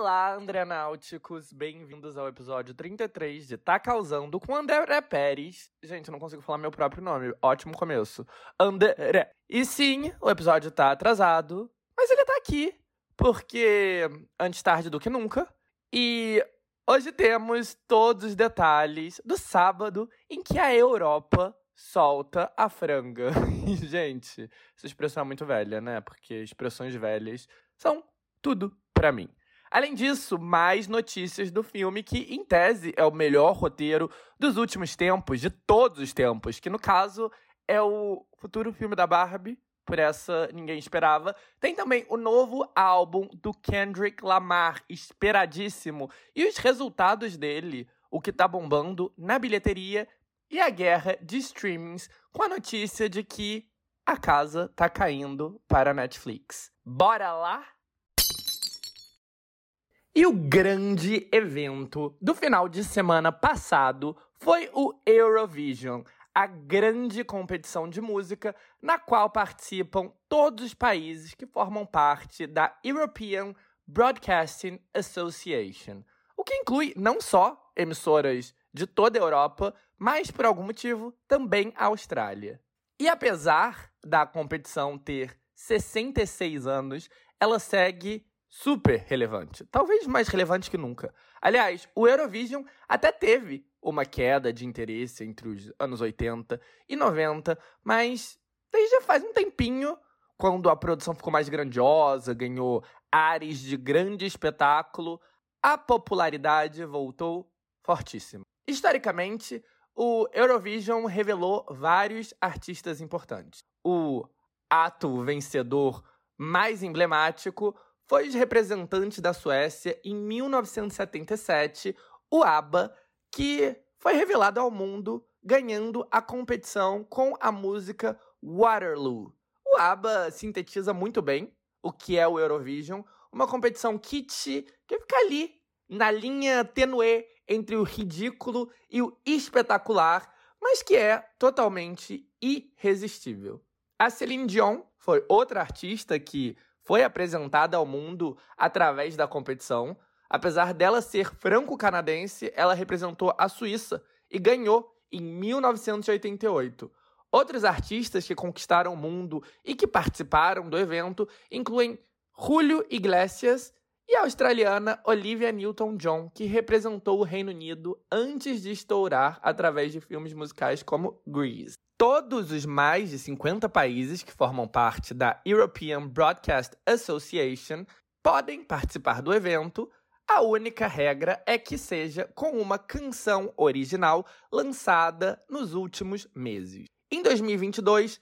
Olá, Andrenáuticos! Bem-vindos ao episódio 33 de Tá Causando com André Pérez. Gente, eu não consigo falar meu próprio nome. Ótimo começo. André. E sim, o episódio tá atrasado, mas ele tá aqui, porque antes tarde do que nunca. E hoje temos todos os detalhes do sábado em que a Europa solta a franga. E, gente, essa expressão é muito velha, né? Porque expressões velhas são tudo pra mim. Além disso, mais notícias do filme que, em tese, é o melhor roteiro dos últimos tempos, de todos os tempos, que, no caso, é o futuro filme da Barbie, por essa ninguém esperava. Tem também o novo álbum do Kendrick Lamar, esperadíssimo, e os resultados dele, o que tá bombando na bilheteria, e a guerra de streamings, com a notícia de que a casa tá caindo para a Netflix. Bora lá? E o grande evento do final de semana passado foi o Eurovision, a grande competição de música na qual participam todos os países que formam parte da European Broadcasting Association, o que inclui não só emissoras de toda a Europa, mas, por algum motivo, também a Austrália. E apesar da competição ter 66 anos, ela segue super relevante. Talvez mais relevante que nunca. Aliás, o Eurovision até teve uma queda de interesse entre os anos 80 e 90, mas desde faz um tempinho, quando a produção ficou mais grandiosa, ganhou ares de grande espetáculo, a popularidade voltou fortíssima. Historicamente, o Eurovision revelou vários artistas importantes. O ato vencedor mais emblemático foi os representantes da Suécia em 1977, o ABBA, que foi revelado ao mundo ganhando a competição com a música Waterloo. O ABBA sintetiza muito bem o que é o Eurovision, uma competição kitsch que fica ali, na linha tênue entre o ridículo e o espetacular, mas que é totalmente irresistível. A Celine Dion foi outra artista que foi apresentada ao mundo através da competição. Apesar dela ser franco-canadense, ela representou a Suíça e ganhou em 1988. Outros artistas que conquistaram o mundo e que participaram do evento incluem Julio Iglesias e a australiana Olivia Newton-John, que representou o Reino Unido antes de estourar através de filmes musicais como Grease. Todos os mais de 50 países que formam parte da European Broadcast Association podem participar do evento. A única regra é que seja com uma canção original lançada nos últimos meses. Em 2022,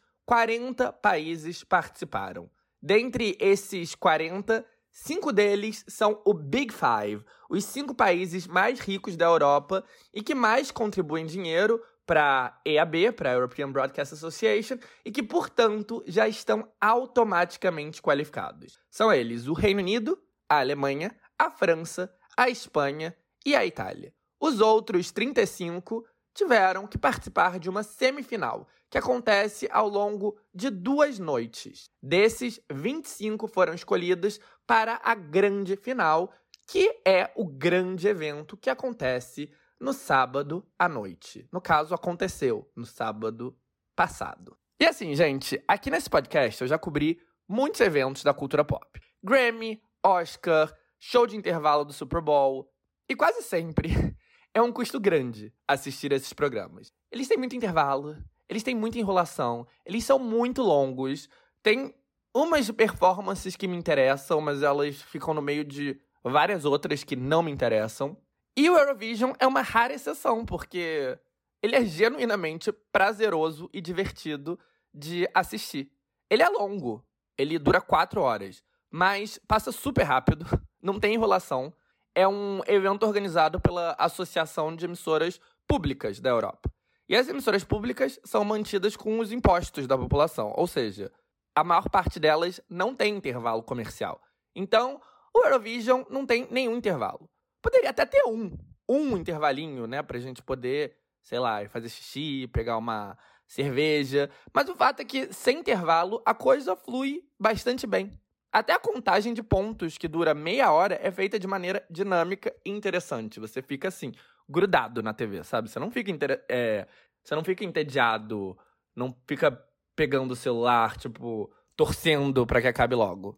40 países participaram. Dentre esses 40, 5 deles são o Big Five, os 5 países mais ricos da Europa e que mais contribuem dinheiro para a EAB, para a European Broadcast Association, e que, portanto, já estão automaticamente qualificados. São eles o Reino Unido, a Alemanha, a França, a Espanha e a Itália. Os outros 35 tiveram que participar de uma semifinal, que acontece ao longo de 2 noites. Desses, 25 foram escolhidos para a grande final, que é o grande evento que acontece no sábado à noite. No caso, aconteceu no sábado passado. E assim, gente, aqui nesse podcast eu já cobri muitos eventos da cultura pop. Grammy, Oscar, show de intervalo do Super Bowl. E quase sempre é um custo grande assistir esses programas. Eles têm muito intervalo, eles têm muita enrolação, eles são muito longos. Tem umas performances que me interessam, mas elas ficam no meio de várias outras que não me interessam. E o Eurovision é uma rara exceção, porque ele é genuinamente prazeroso e divertido de assistir. Ele é longo, ele dura 4 horas, mas passa super rápido, não tem enrolação. É um evento organizado pela Associação de Emissoras Públicas da Europa. E as emissoras públicas são mantidas com os impostos da população, ou seja, a maior parte delas não tem intervalo comercial. Então, o Eurovision não tem nenhum intervalo. Poderia até ter um intervalinho, né, pra gente poder, sei lá, fazer xixi, pegar uma cerveja. Mas o fato é que, sem intervalo, a coisa flui bastante bem. Até a contagem de pontos, que dura meia hora, é feita de maneira dinâmica e interessante. Você fica, assim, grudado na TV, sabe? Você não fica, você não fica entediado, não fica pegando o celular, tipo, torcendo pra que acabe logo.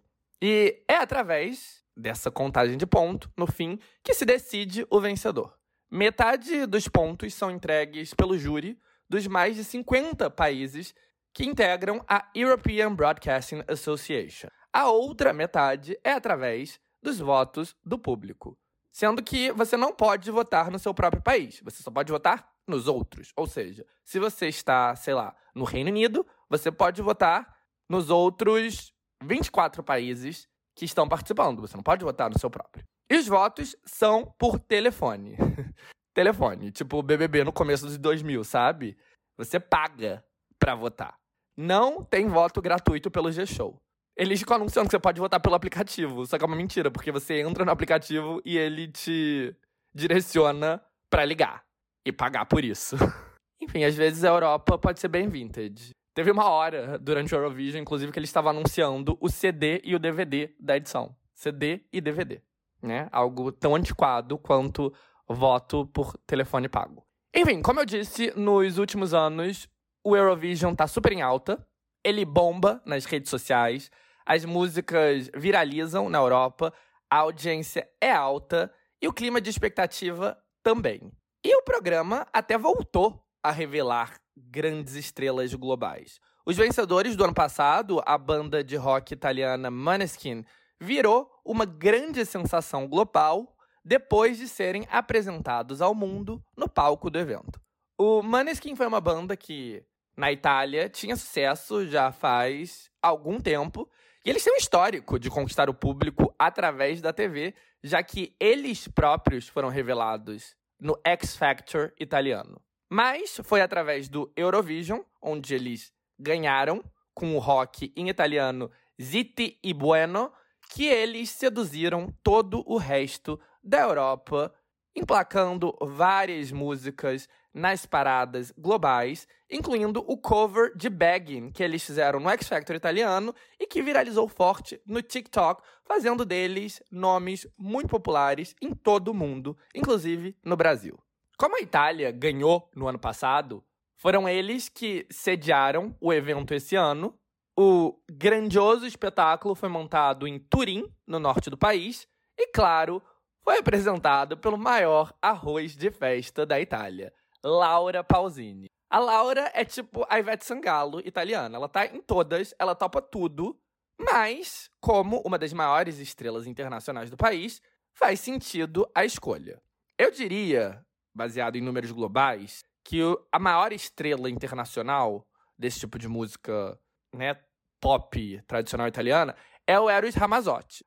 E é através dessa contagem de ponto, no fim, que se decide o vencedor. Metade dos pontos são entregues pelo júri dos mais de 50 países que integram a European Broadcasting Association. A outra metade é através dos votos do público. Sendo que você não pode votar no seu próprio país, você só pode votar nos outros. Ou seja, se você está, sei lá, no Reino Unido, você pode votar nos outros 24 países que estão participando. Você não pode votar no seu próprio. E os votos são por telefone. Telefone, tipo o BBB no começo dos 2000, sabe? Você paga pra votar. Não tem voto gratuito pelo G-Show. Eles ficam anunciando que você pode votar pelo aplicativo, só que é uma mentira, porque você entra no aplicativo e ele te direciona pra ligar e pagar por isso. Enfim, às vezes a Europa pode ser bem vintage. Teve uma hora durante o Eurovision, inclusive, que eles estavam anunciando o CD e o DVD da edição. CD e DVD, né? Algo tão antiquado quanto voto por telefone pago. Enfim, como eu disse, nos últimos anos, o Eurovision tá super em alta. Ele bomba nas redes sociais, as músicas viralizam na Europa, a audiência é alta e o clima de expectativa também. E o programa até voltou a revelar grandes estrelas globais. Os vencedores do ano passado, a banda de rock italiana Måneskin, virou uma grande sensação global depois de serem apresentados ao mundo no palco do evento. O Måneskin foi uma banda que, na Itália, tinha sucesso já faz algum tempo, e eles têm um histórico de conquistar o público através da TV, já que eles próprios foram revelados no X Factor italiano. Mas foi através do Eurovision, onde eles ganharam com o rock em italiano Zitti e Bueno, que eles seduziram todo o resto da Europa, emplacando várias músicas nas paradas globais, incluindo o cover de Beggin', que eles fizeram no X Factor italiano e que viralizou forte no TikTok, fazendo deles nomes muito populares em todo o mundo, inclusive no Brasil. Como a Itália ganhou no ano passado, foram eles que sediaram o evento esse ano. O grandioso espetáculo foi montado em Turim, no norte do país, e, claro, foi apresentado pelo maior arroz de festa da Itália, Laura Pausini. A Laura é tipo a Ivete Sangalo italiana. Ela tá em todas, ela topa tudo, mas, como uma das maiores estrelas internacionais do país, faz sentido a escolha. Eu diria, baseado em números globais, que a maior estrela internacional desse tipo de música, né, pop tradicional italiana, é o Eros Ramazzotti.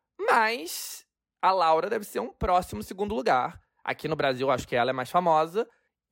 Mas a Laura deve ser um próximo segundo lugar. Aqui no Brasil, acho que ela é mais famosa.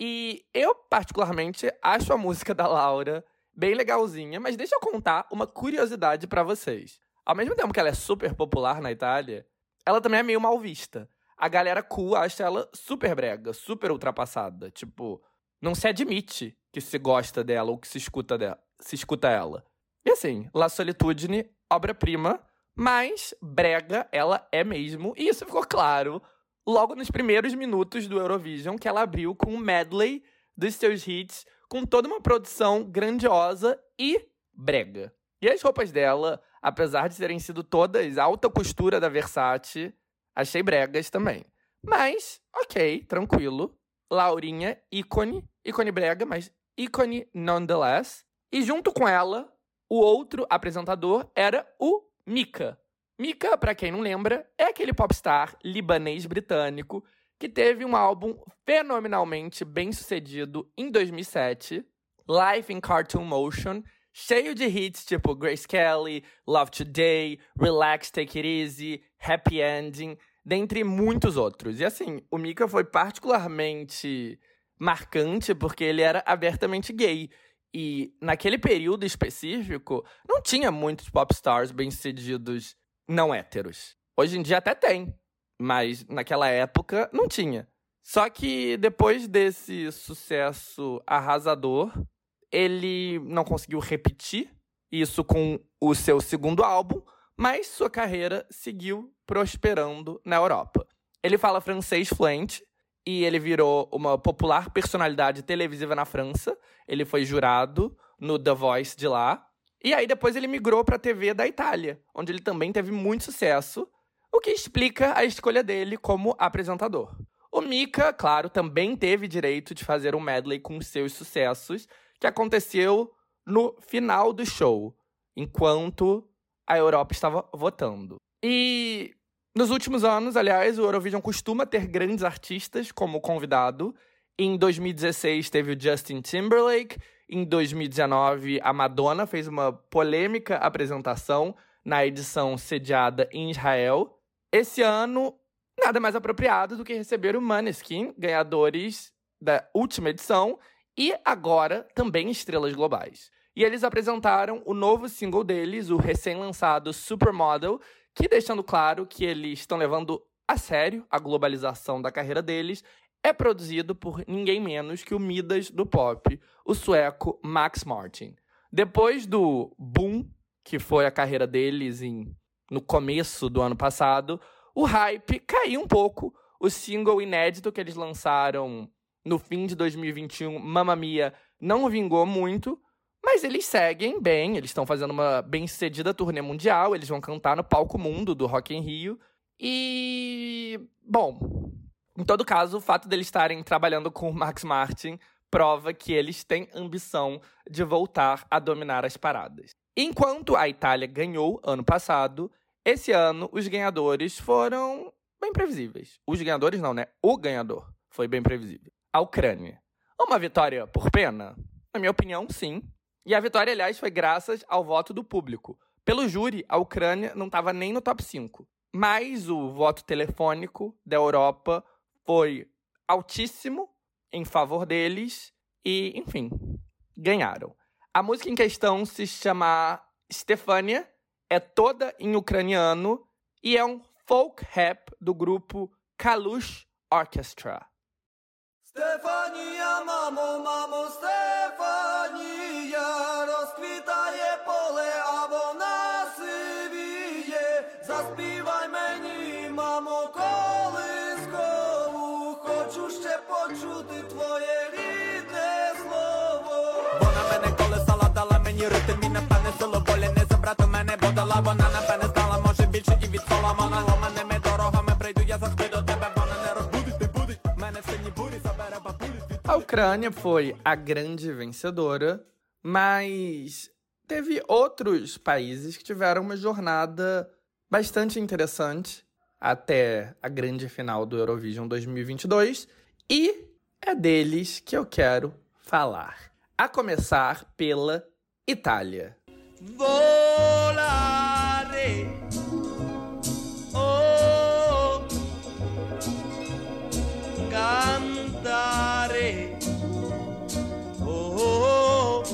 E eu, particularmente, acho a música da Laura bem legalzinha. Mas deixa eu contar uma curiosidade pra vocês. Ao mesmo tempo que ela é super popular na Itália, ela também é meio mal vista. A galera cool acha ela super brega, super ultrapassada. Tipo, não se admite que se gosta dela ou que se escuta ela. E assim, La Solitudine, obra-prima, mas brega ela é mesmo. E isso ficou claro logo nos primeiros minutos do Eurovision, que ela abriu com um medley dos seus hits, com toda uma produção grandiosa e brega. E as roupas dela, apesar de terem sido todas alta costura da Versace, achei bregas também. Mas, ok, tranquilo. Laurinha, ícone brega, mas ícone nonetheless. E junto com ela, o outro apresentador era o Mika. Mika, pra quem não lembra, é aquele popstar libanês-britânico que teve um álbum fenomenalmente bem-sucedido em 2007, Life in Cartoon Motion, cheio de hits tipo Grace Kelly, Love Today, Relax, Take It Easy, Happy Ending, dentre muitos outros. E assim, o Mika foi particularmente marcante porque ele era abertamente gay. E naquele período específico, não tinha muitos popstars bem-sucedidos não héteros. Hoje em dia até tem, mas naquela época não tinha. Só que depois desse sucesso arrasador, ele não conseguiu repetir isso com o seu segundo álbum, mas sua carreira seguiu prosperando na Europa. Ele fala francês fluente e ele virou uma popular personalidade televisiva na França. Ele foi jurado no The Voice de lá. E aí depois ele migrou para a TV da Itália, onde ele também teve muito sucesso, o que explica a escolha dele como apresentador. O Mika, claro, também teve direito de fazer um medley com seus sucessos, que aconteceu no final do show, enquanto a Europa estava votando. E nos últimos anos, aliás, o Eurovision costuma ter grandes artistas como convidado. Em 2016 teve o Justin Timberlake. Em 2019, a Madonna fez uma polêmica apresentação na edição sediada em Israel. Esse ano, nada mais apropriado do que receber o Måneskin, ganhadores da última edição, e agora também estrelas globais. E eles apresentaram o novo single deles, o recém-lançado Supermodel, que deixando claro que eles estão levando a sério a globalização da carreira deles, é produzido por ninguém menos que o Midas do pop, o sueco Max Martin. Depois do boom, que foi a carreira deles no começo do ano passado, o hype caiu um pouco. O single inédito que eles lançaram no fim de 2021, Mamma Mia, não vingou muito, mas eles seguem bem, eles estão fazendo uma bem-sucedida turnê mundial, eles vão cantar no Palco Mundo do Rock in Rio. E, bom, em todo caso, o fato deles estarem trabalhando com o Max Martin prova que eles têm ambição de voltar a dominar as paradas. Enquanto a Itália ganhou ano passado, esse ano os ganhadores foram bem previsíveis. Os ganhadores não, né? O ganhador foi bem previsível. A Ucrânia. Uma vitória por pena? Na minha opinião, sim. E a vitória, aliás, foi graças ao voto do público. Pelo júri, a Ucrânia não estava nem no top 5. Mas o voto telefônico da Europa foi altíssimo em favor deles e, enfim, ganharam. A música em questão se chama Stefania, é toda em ucraniano e é um folk rap do grupo Kalush Orchestra. Stefania, mamo, mamo, Stefania, rozkwitaje pole, a вона сивіє. Заспівай мені, мамо, колискову, хочу ще почути твоє рідне слово. Вона мене колесала, дала мені ритм і напевне силу волі не забрати мене, бо дала вона напевне здала, може більше і від Соломона. Ломаними дорогами прийду, я завжди до тебе, вона не розбудить, не будить, мене в сині бурі забере бабулі. A Ucrânia foi a grande vencedora, mas teve outros países que tiveram uma jornada bastante interessante até a grande final do Eurovision 2022, e é deles que eu quero falar. A começar pela Itália. Volare, oh, cantare, oh,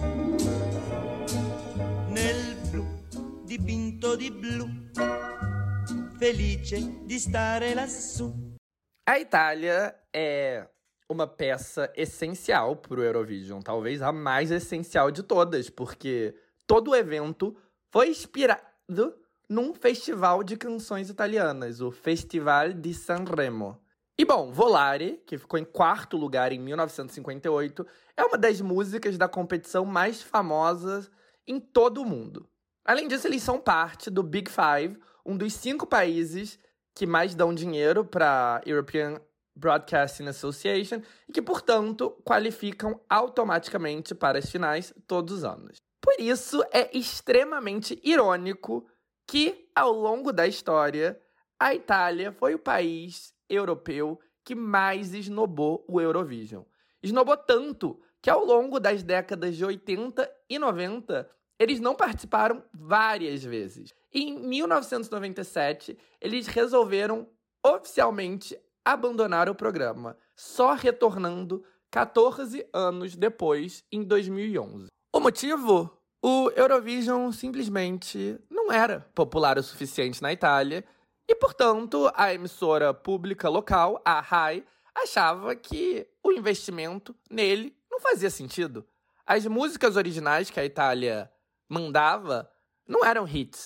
nel blu dipinto di blu, felice di stare lassù. A Itália é uma peça essencial para o Eurovision, talvez a mais essencial de todas, porque todo o evento foi inspirado num festival de canções italianas, o Festival di Sanremo. E bom, Volare, que ficou em quarto lugar em 1958, é uma das músicas da competição mais famosas em todo o mundo. Além disso, eles são parte do Big Five, um dos 5 países que mais dão dinheiro para a European Broadcasting Association e que, portanto, qualificam automaticamente para as finais todos os anos. Por isso, é extremamente irônico que, ao longo da história, a Itália foi o país europeu que mais esnobou o Eurovision. Esnobou tanto que, ao longo das décadas de 80 e 90, eles não participaram várias vezes. E em 1997, eles resolveram oficialmente abandonar o programa, só retornando 14 anos depois, em 2011. O motivo? O Eurovision simplesmente não era popular o suficiente na Itália e, portanto, a emissora pública local, a RAI, achava que o investimento nele não fazia sentido. As músicas originais que a Itália mandava não eram hits.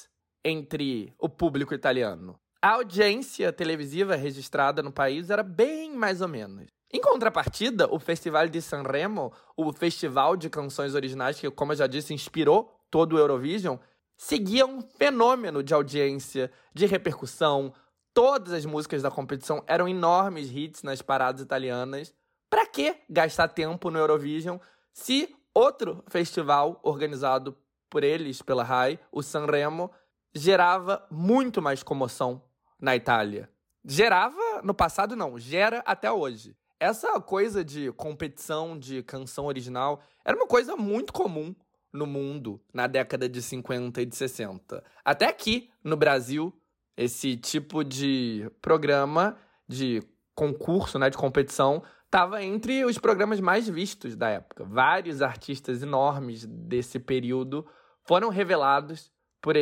entre o público italiano. A audiência televisiva registrada no país era bem mais ou menos. Em contrapartida, o Festival de Sanremo, o festival de canções originais que, como eu já disse, inspirou todo o Eurovision, seguia um fenômeno de audiência, de repercussão. Todas as músicas da competição eram enormes hits nas paradas italianas. Pra que gastar tempo no Eurovision se outro festival organizado por eles, pela RAI, o Sanremo, gerava muito mais comoção na Itália? Gerava no passado, não. Gera até hoje. Essa coisa de competição de canção original era uma coisa muito comum no mundo na década de 50 e de 60. Até aqui, no Brasil, esse tipo de programa, de concurso, né, de competição, estava entre os programas mais vistos da época. Vários artistas enormes desse período foram revelados por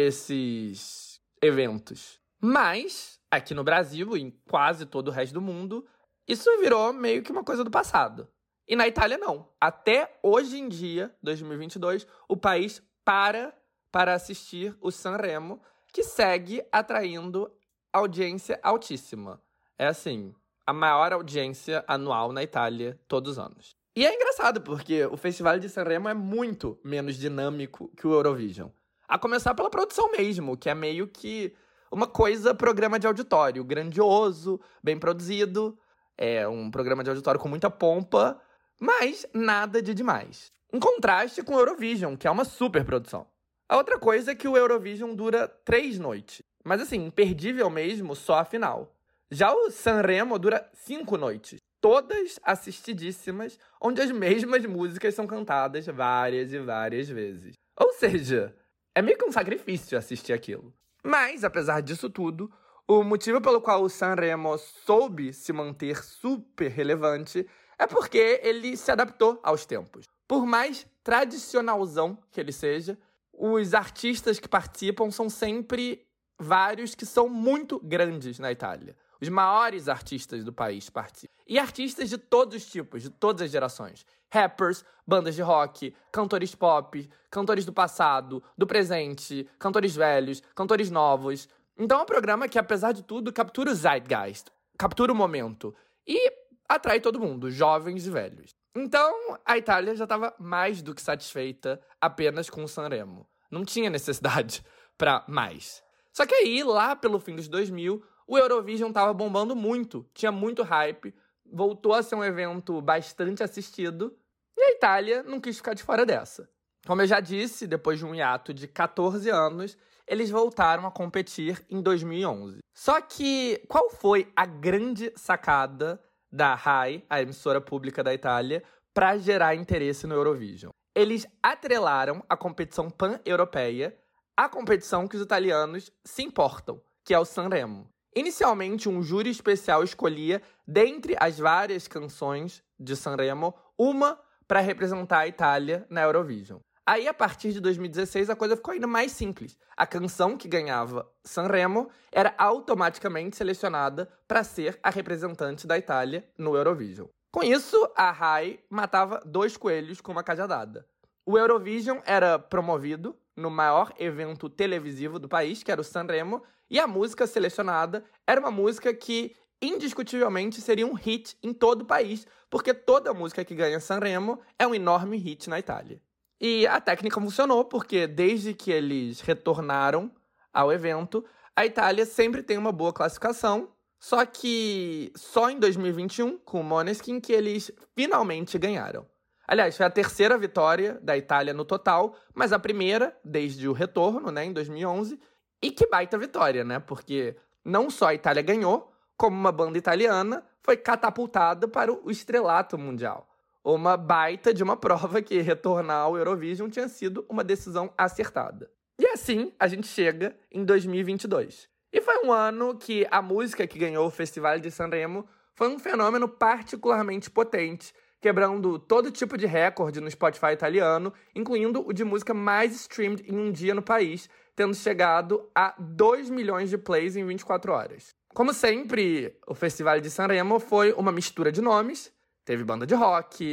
esses eventos. Mas, aqui no Brasil e em quase todo o resto do mundo, isso virou meio que uma coisa do passado. E na Itália, não. Até hoje em dia, 2022, o país para assistir o Sanremo, que segue atraindo audiência altíssima. É assim, a maior audiência anual na Itália todos os anos. E é engraçado, porque o Festival de Sanremo é muito menos dinâmico que o Eurovision. A começar pela produção mesmo, que é meio que uma coisa programa de auditório, grandioso, bem produzido. É um programa de auditório com muita pompa, mas nada de demais. Em contraste com o Eurovision, que é uma super produção. A outra coisa é que o Eurovision dura 3 noites. Mas assim, imperdível mesmo, só a final. Já o Sanremo dura 5 noites. Todas assistidíssimas, onde as mesmas músicas são cantadas várias e várias vezes. Ou seja, é meio que um sacrifício assistir aquilo. Mas, apesar disso tudo, o motivo pelo qual o Sanremo soube se manter super relevante é porque ele se adaptou aos tempos. Por mais tradicionalzão que ele seja, os artistas que participam são sempre vários que são muito grandes na Itália. Os maiores artistas do país participam. E artistas de todos os tipos, de todas as gerações. Rappers, bandas de rock, cantores pop, cantores do passado, do presente, cantores velhos, cantores novos. Então é um programa que, apesar de tudo, captura o zeitgeist, captura o momento e atrai todo mundo, jovens e velhos. Então, a Itália já estava mais do que satisfeita apenas com o Sanremo. Não tinha necessidade para mais. Só que aí, lá pelo fim dos 2000, o Eurovision estava bombando muito, tinha muito hype, voltou a ser um evento bastante assistido, e a Itália não quis ficar de fora dessa. Como eu já disse, depois de um hiato de 14 anos, eles voltaram a competir em 2011. Só que qual foi a grande sacada da RAI, a emissora pública da Itália, para gerar interesse no Eurovision? Eles atrelaram a competição pan-europeia à competição que os italianos se importam, que é o Sanremo. Inicialmente, um júri especial escolhia, dentre as várias canções de Sanremo, uma para representar a Itália na Eurovision. Aí, a partir de 2016, a coisa ficou ainda mais simples. A canção que ganhava Sanremo era automaticamente selecionada para ser a representante da Itália no Eurovision. Com isso, a RAI matava 2 coelhos com uma cajadada. O Eurovision era promovido no maior evento televisivo do país, que era o Sanremo, e a música selecionada era uma música que, indiscutivelmente, seria um hit em todo o país, porque toda música que ganha Sanremo é um enorme hit na Itália. E a técnica funcionou, porque desde que eles retornaram ao evento, a Itália sempre tem uma boa classificação, só que só em 2021, com o Måneskin, que eles finalmente ganharam. Aliás, foi a 3ª vitória da Itália no total, mas a primeira desde o retorno, né, em 2011. E que baita vitória, né? Porque não só a Itália ganhou, como uma banda italiana foi catapultada para o estrelato mundial. Uma baita de uma prova que retornar ao Eurovision tinha sido uma decisão acertada. E assim, a gente chega em 2022. E foi um ano que a música que ganhou o Festival de Sanremo foi um fenômeno particularmente potente, quebrando todo tipo de recorde no Spotify italiano, incluindo o de música mais streamed em um dia no país, tendo chegado a 2 milhões de plays em 24 horas. Como sempre, o Festival de Sanremo foi uma mistura de nomes. Teve banda de rock,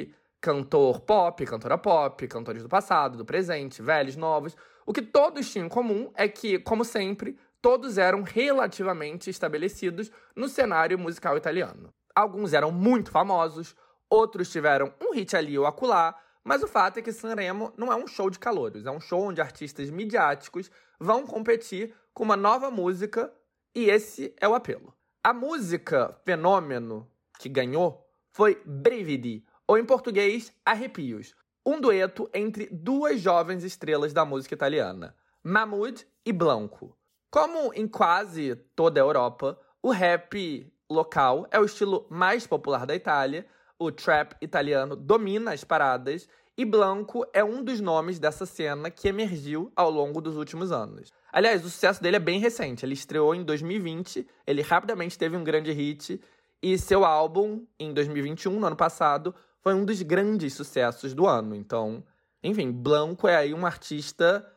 cantor pop, cantora pop, cantores do passado, do presente, velhos, novos. O que todos tinham em comum é que, como sempre, todos eram relativamente estabelecidos no cenário musical italiano. Alguns eram muito famosos, outros tiveram um hit ali ou acolá, mas o fato é que Sanremo não é um show de calouros, é um show onde artistas midiáticos vão competir com uma nova música, e esse é o apelo. A música fenômeno que ganhou foi Brividi, ou em português, Arrepios, um dueto entre duas jovens estrelas da música italiana, Mahmood e Blanco. Como em quase toda a Europa, o rap local é o estilo mais popular da Itália, o trap italiano domina as paradas e Blanco é um dos nomes dessa cena que emergiu ao longo dos últimos anos. Aliás, o sucesso dele é bem recente, ele estreou em 2020, ele rapidamente teve um grande hit e seu álbum, em 2021, no ano passado, foi um dos grandes sucessos do ano. Então, enfim, Blanco é aí um artista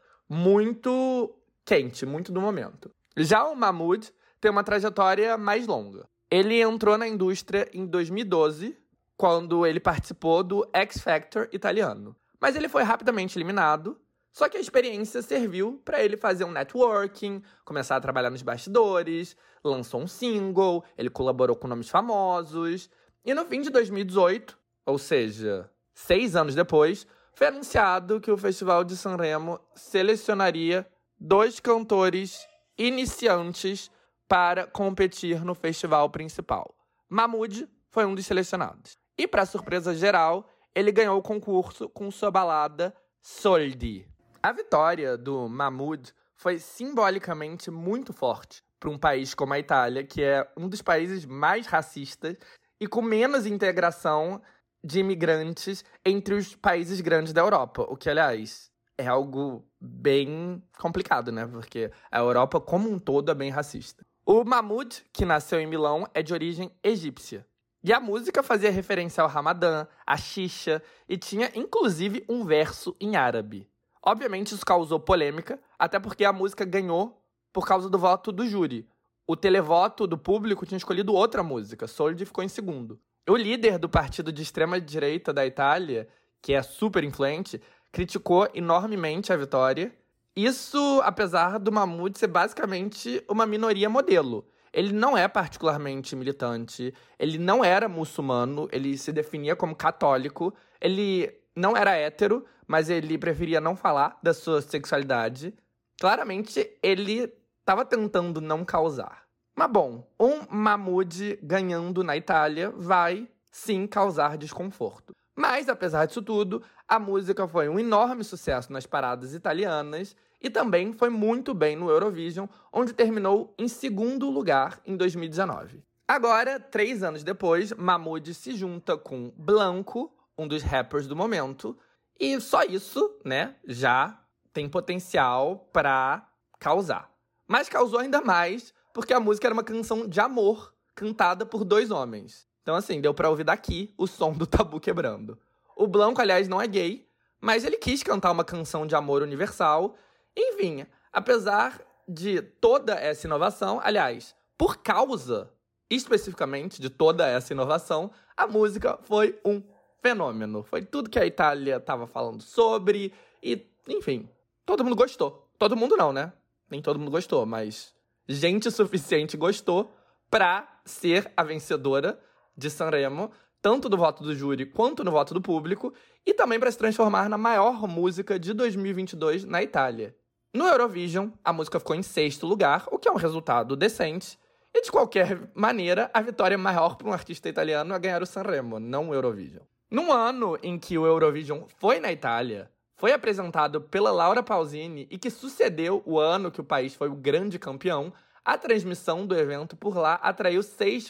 muito quente, muito do momento. Já o Mahmood tem uma trajetória mais longa. Ele entrou na indústria em 2012, quando ele participou do X Factor italiano. Mas ele foi rapidamente eliminado, só que a experiência serviu para ele fazer um networking, começar a trabalhar nos bastidores, lançou um single, ele colaborou com nomes famosos. E no fim de 2018, ou seja, 6 anos depois, foi anunciado que o Festival de Sanremo selecionaria 2 cantores iniciantes para competir no festival principal. Mahmood foi um dos selecionados. E, para surpresa geral, ele ganhou o concurso com sua balada Soldi. A vitória do Mahmood foi simbolicamente muito forte para um país como a Itália, que é um dos países mais racistas e com menos integração de imigrantes entre os países grandes da Europa. O que, aliás, é algo bem complicado, né? Porque a Europa como um todo é bem racista. O Mahmood, que nasceu em Milão, é de origem egípcia. E a música fazia referência ao Ramadã, à xixa, e tinha, inclusive, um verso em árabe. Obviamente, isso causou polêmica, até porque a música ganhou por causa do voto do júri. O televoto do público tinha escolhido outra música, Soldi ficou em segundo. O líder do partido de extrema-direita da Itália, que é super influente, criticou enormemente a vitória. Isso, apesar do Mahmood ser basicamente uma minoria modelo. Ele não é particularmente militante, ele não era muçulmano, ele se definia como católico, ele não era hétero, mas ele preferia não falar da sua sexualidade. Claramente, ele estava tentando não causar. Mas bom, um Mahmood ganhando na Itália vai, sim, causar desconforto. Mas, apesar disso tudo, a música foi um enorme sucesso nas paradas italianas e também foi muito bem no Eurovision, onde terminou em segundo lugar em 2019. Agora, 3 anos depois, Mahmood se junta com Blanco, um dos rappers do momento, e só isso, né, já tem potencial pra causar. Mas causou ainda mais porque a música era uma canção de amor, cantada por 2 homens. Então, assim, deu pra ouvir daqui o som do tabu quebrando. O Blanco, aliás, não é gay, mas ele quis cantar uma canção de amor universal. Enfim, apesar de toda essa inovação, aliás, por causa, especificamente, de toda essa inovação, a música foi um fenômeno. Foi tudo que a Itália estava falando sobre e, enfim, todo mundo gostou. Todo mundo não, né? Nem todo mundo gostou, mas gente suficiente gostou pra ser a vencedora de Sanremo, tanto do voto do júri quanto no voto do público, e também para se transformar na maior música de 2022 na Itália. No Eurovision, a música ficou em 6º lugar, o que é um resultado decente, e de qualquer maneira, a vitória maior para um artista italiano é ganhar o Sanremo, não o Eurovision. Num ano em que o Eurovision foi na Itália, foi apresentado pela Laura Pausini e que sucedeu o ano que o país foi o grande campeão, a transmissão do evento por lá atraiu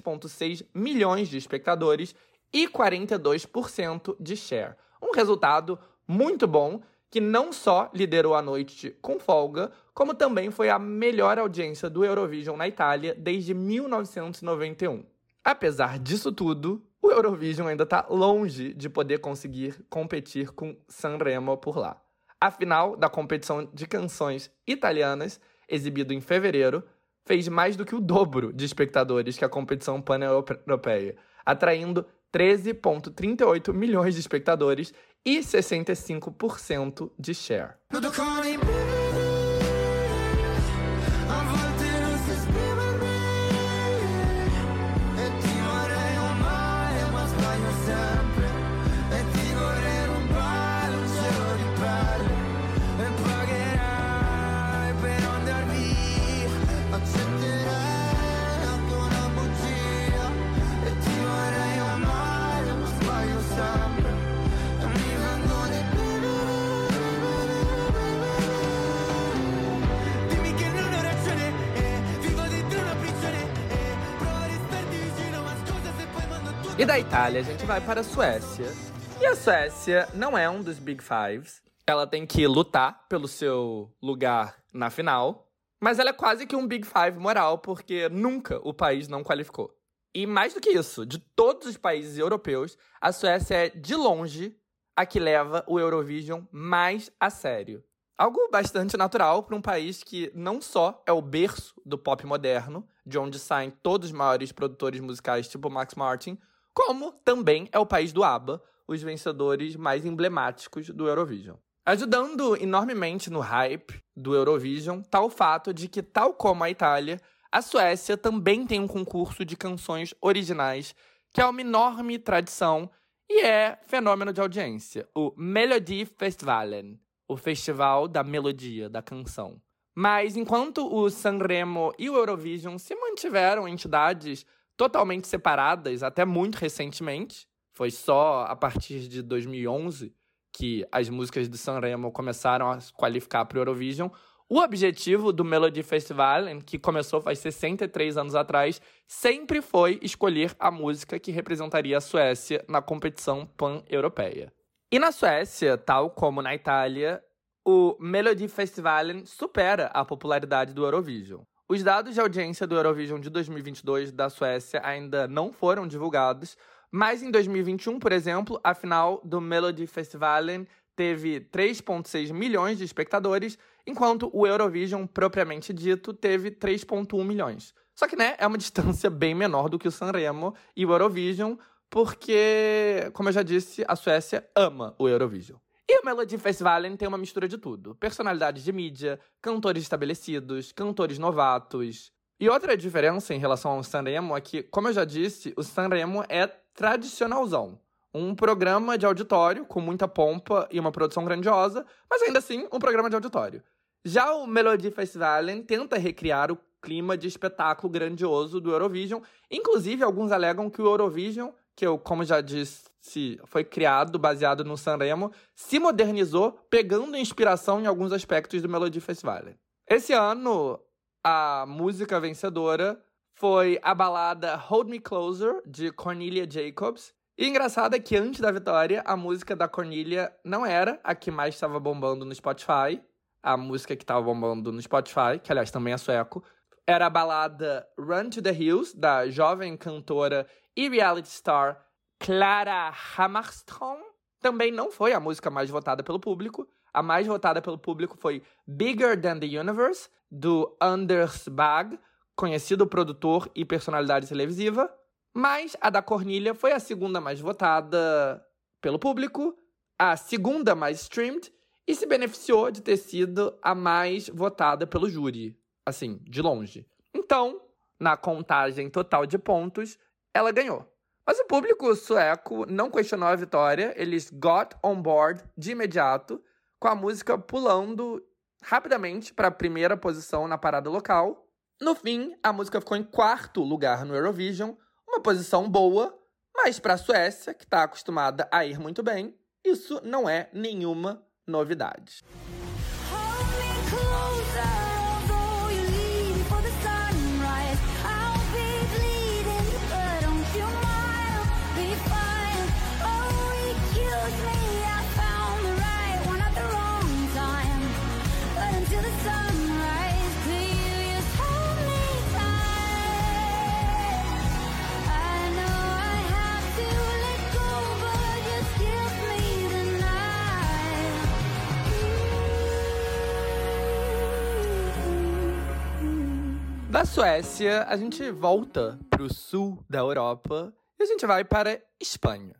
6,6 milhões de espectadores e 42% de share. Um resultado muito bom que não só liderou a noite com folga, como também foi a melhor audiência do Eurovision na Itália desde 1991. Apesar disso tudo, o Eurovision ainda está longe de poder conseguir competir com Sanremo por lá. A final da competição de canções italianas, exibido em fevereiro, fez mais do que o dobro de espectadores que a competição pan-europeia, atraindo 13,38 milhões de espectadores e 65% de share. E da Itália, a gente vai para a Suécia. E a Suécia não é um dos Big Fives. Ela tem que lutar pelo seu lugar na final. Mas ela é quase que um Big Five moral, porque nunca o país não qualificou. E mais do que isso, de todos os países europeus, a Suécia é, de longe, a que leva o Eurovision mais a sério. Algo bastante natural para um país que não só é o berço do pop moderno, de onde saem todos os maiores produtores musicais tipo Max Martin, como também é o país do ABBA, os vencedores mais emblemáticos do Eurovision. Ajudando enormemente no hype do Eurovision está o fato de que, tal como a Itália, a Suécia também tem um concurso de canções originais, que é uma enorme tradição e é fenômeno de audiência, o Melodifestivalen, o festival da melodia, da canção. Mas enquanto o Sanremo e o Eurovision se mantiveram entidades totalmente separadas até muito recentemente, foi só a partir de 2011 que as músicas do Sanremo começaram a se qualificar para o Eurovision, o objetivo do Melodifestivalen, que começou faz 63 anos atrás, sempre foi escolher a música que representaria a Suécia na competição pan-europeia. E na Suécia, tal como na Itália, o Melodifestivalen supera a popularidade do Eurovision. Os dados de audiência do Eurovision de 2022 da Suécia ainda não foram divulgados, mas em 2021, por exemplo, a final do Melodifestivalen teve 3,6 milhões de espectadores, enquanto o Eurovision, propriamente dito, teve 3,1 milhões. Só que, é uma distância bem menor do que o Sanremo e o Eurovision, porque, como eu já disse, a Suécia ama o Eurovision. E o Melodifestivalen tem uma mistura de tudo. Personalidades de mídia, cantores estabelecidos, cantores novatos. E outra diferença em relação ao Sanremo é que, como eu já disse, o Sanremo é tradicionalzão. Um programa de auditório com muita pompa e uma produção grandiosa, mas ainda assim um programa de auditório. Já o Melodifestivalen tenta recriar o clima de espetáculo grandioso do Eurovision. Inclusive, alguns alegam que o Eurovision, que eu, como já disse, foi criado baseado no Sanremo, se modernizou, pegando inspiração em alguns aspectos do Melodifestivalen. Esse ano, a música vencedora foi a balada Hold Me Closer, de Cornelia Jacobs. E engraçado é que antes da vitória, a música da Cornelia não era a que mais estava bombando no Spotify. A música que estava bombando no Spotify, que aliás também é sueco, era a balada Run to the Hills, da jovem cantora e reality star Clara Hammarström. Também não foi a música mais votada pelo público. A mais votada pelo público foi Bigger Than the Universe, do Anders Bagge, conhecido produtor e personalidade televisiva. Mas a da Cornelia foi a segunda mais votada pelo público, a segunda mais streamed, e se beneficiou de ter sido a mais votada pelo júri, assim, de longe. Então, na contagem total de pontos, ela ganhou. Mas o público sueco não questionou a vitória, eles got on board de imediato, com a música pulando rapidamente para a primeira posição na parada local. No fim, a música ficou em 4º lugar no Eurovision, uma posição boa, mas para a Suécia, que está acostumada a ir muito bem, isso não é nenhuma novidade. Da Suécia, a gente volta para o sul da Europa E a gente vai para Espanha.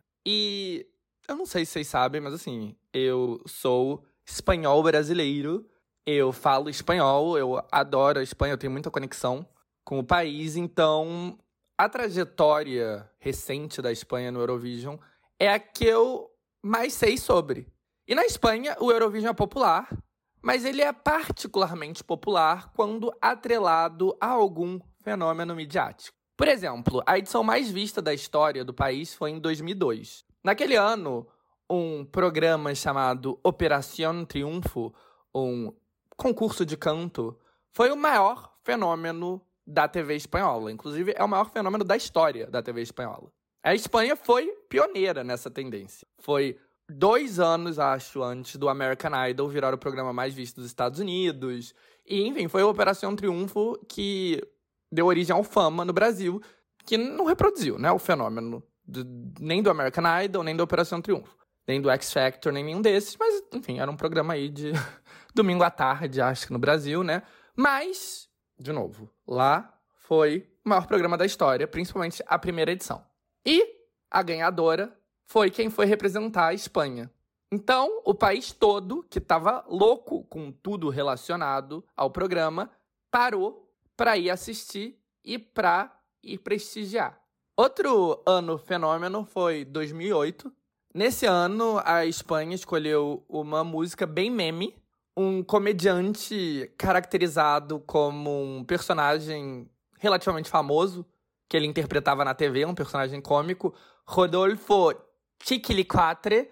E eu não sei se vocês sabem, mas assim, eu sou espanhol brasileiro. Eu falo espanhol, eu adoro a Espanha, eu tenho muita conexão com o país. Então, a trajetória recente da Espanha no Eurovision é a que eu mais sei sobre. E na Espanha, o Eurovision é popular, mas ele é particularmente popular quando atrelado a algum fenômeno midiático. Por exemplo, a edição mais vista da história do país foi em 2002. Naquele ano, um programa chamado Operación Triunfo, um concurso de canto, foi o maior fenômeno da TV espanhola. Inclusive, é o maior fenômeno da história da TV espanhola. A Espanha foi pioneira nessa tendência. Foi 2 anos, acho, antes do American Idol virar o programa mais visto dos Estados Unidos. E, enfim, foi a Operação Triunfo que deu origem ao Fama no Brasil, que não reproduziu, né, o fenômeno nem do American Idol, nem da Operação Triunfo, nem do X Factor, nem nenhum desses. Mas, enfim, era um programa aí de domingo à tarde, acho que no Brasil, né? Mas, de novo, lá foi o maior programa da história, principalmente a primeira edição. E a ganhadora foi quem foi representar a Espanha. Então, o país todo, que estava louco com tudo relacionado ao programa, parou para ir assistir e para ir prestigiar. Outro ano fenômeno foi 2008. Nesse ano, a Espanha escolheu uma música bem meme, um comediante caracterizado como um personagem relativamente famoso, que ele interpretava na TV, um personagem cômico. Rodolfo Chiquilicuatre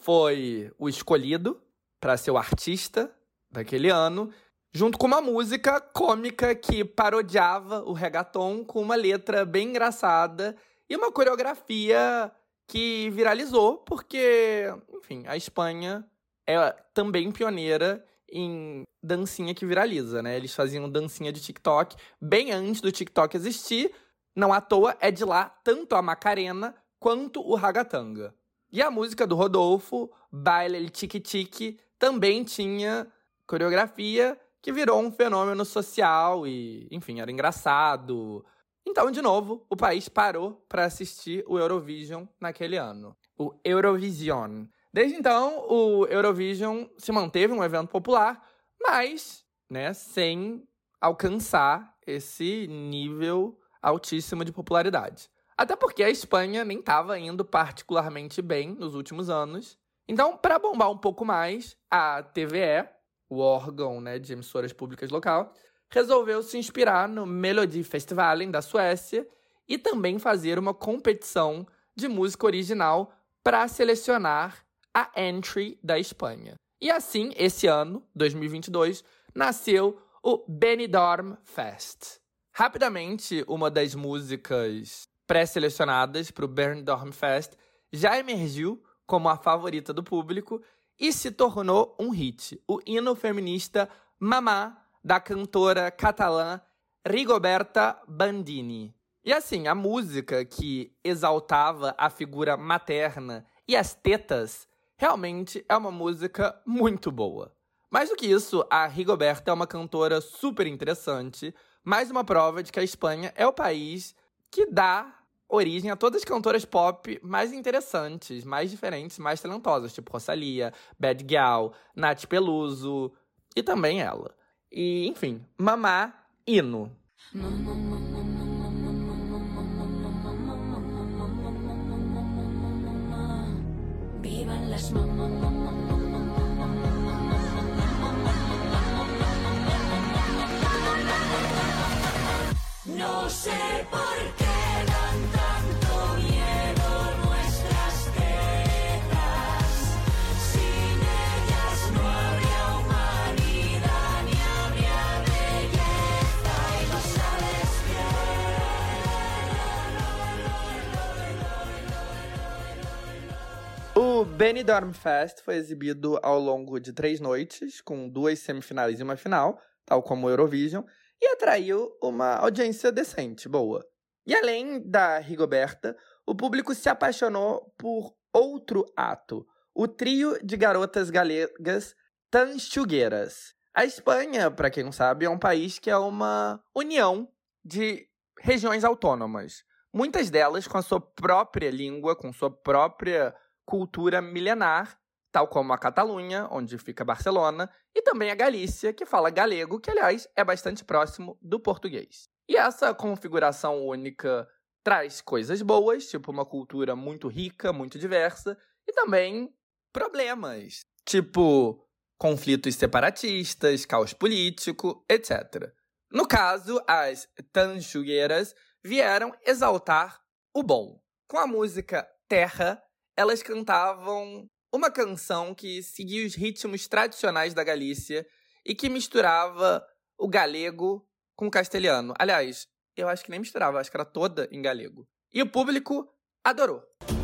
foi o escolhido para ser o artista daquele ano, junto com uma música cômica que parodiava o reggaeton com uma letra bem engraçada e uma coreografia que viralizou, porque, enfim, a Espanha é também pioneira em dancinha que viraliza, né? Eles faziam dancinha de TikTok bem antes do TikTok existir. Não à toa, é de lá tanto a Macarena quanto o ragatanga. E a música do Rodolfo, Baile el Chiqui Chiqui, também tinha coreografia que virou um fenômeno social e, enfim, era engraçado. Então, de novo, o país parou para assistir o Eurovision naquele ano. O Eurovision. Desde então, o Eurovision se manteve um evento popular, mas, né, sem alcançar esse nível altíssimo de popularidade. Até porque a Espanha nem estava indo particularmente bem nos últimos anos. Então, para bombar um pouco mais, a TVE, o órgão, né, de emissoras públicas local, resolveu se inspirar no Melodifestivalen da Suécia e também fazer uma competição de música original para selecionar a entry da Espanha. E assim, esse ano, 2022, nasceu o Benidorm Fest. Rapidamente, uma das músicas pré-selecionadas para o Benidorm Fest já emergiu como a favorita do público e se tornou um hit. O hino feminista Mamá, da cantora catalã Rigoberta Bandini. E assim, a música que exaltava a figura materna e as tetas realmente é uma música muito boa. Mais do que isso, a Rigoberta é uma cantora super interessante, mais uma prova de que a Espanha é o país que dá origem a todas as cantoras pop mais interessantes, mais diferentes, mais talentosas, tipo Rosalía, Bad Gyal, Nath Peluso e também ela. E, enfim, Mamá, hino. Vivan las No sé por qué dan tanto miedo nuestras tetas. Sin ellas no habría humanidad ni habría belleza y lo sabes bien. O Benidorm Fest foi exibido ao longo de 3 noites, com 2 semifinais e uma final, tal como o Eurovision, e atraiu uma audiência decente, boa. E além da Rigoberta, o público se apaixonou por outro ato, o trio de garotas galegas Tanchugueiras. A Espanha, para quem não sabe, é um país que é uma união de regiões autônomas. muitas delas com a sua própria língua, com sua própria cultura milenar, tal como a Catalunha, onde fica Barcelona, e também a Galícia, que fala galego, que, aliás, é bastante próximo do português. E essa configuração única traz coisas boas, tipo uma cultura muito rica, muito diversa, e também problemas, tipo conflitos separatistas, caos político, etc. No caso, as Tanchugueiras vieram exaltar o bom. Com a música Terra, elas cantavam uma canção que seguia os ritmos tradicionais da Galícia e que misturava o galego com o castelhano. Aliás, eu acho que nem misturava, acho que era toda em galego. E o público adorou.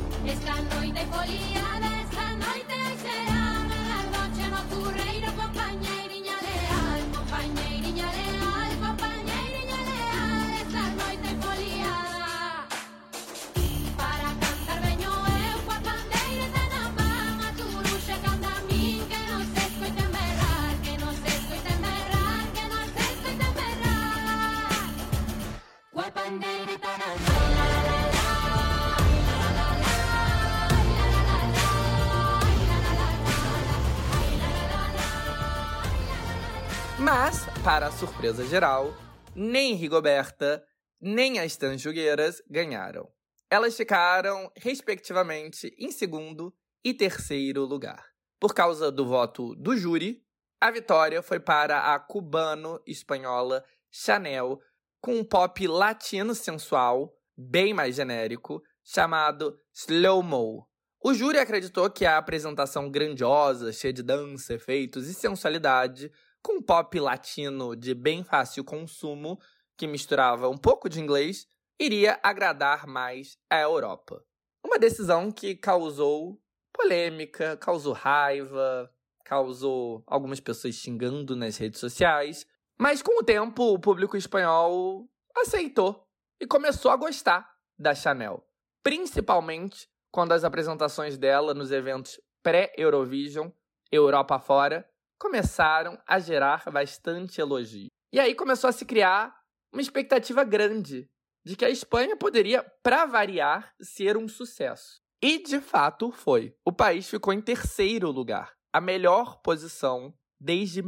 Mas, para a surpresa geral, nem Rigoberta, nem as Tanchugueiras ganharam. Elas ficaram, respectivamente, em segundo e terceiro lugar. Por causa do voto do júri, a vitória foi para a cubano-espanhola Chanel, com um pop latino sensual, bem mais genérico, chamado Slow Mo. O júri acreditou que a apresentação grandiosa, cheia de dança, efeitos e sensualidade, com um pop latino de bem fácil consumo, que misturava um pouco de inglês, iria agradar mais a Europa. Uma decisão que causou polêmica, causou raiva, causou algumas pessoas xingando nas redes sociais, mas com o tempo o público espanhol aceitou e começou a gostar da Chanel, principalmente quando as apresentações dela nos eventos pré-Eurovision, Europa fora, começaram a gerar bastante elogio. E aí começou a se criar uma expectativa grande de que a Espanha poderia, para variar, ser um sucesso. E, de fato, foi. O país ficou em terceiro lugar, a melhor posição desde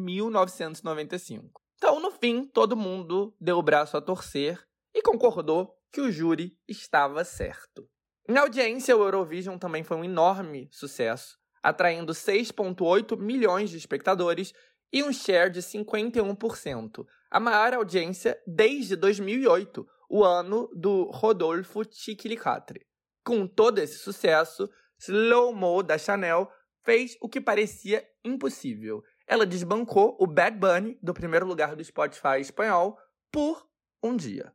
1995. Então, no fim, todo mundo deu o braço a torcer e concordou que o júri estava certo. Na audiência, o Eurovision também foi um enorme sucesso, atraindo 6,8 milhões de espectadores e um share de 51%, a maior audiência desde 2008, o ano do Rodolfo Chiquilicuatre. Com todo esse sucesso, Slow Mo da Chanel fez o que parecia impossível. Ela desbancou o Bad Bunny do primeiro lugar do Spotify espanhol por um dia.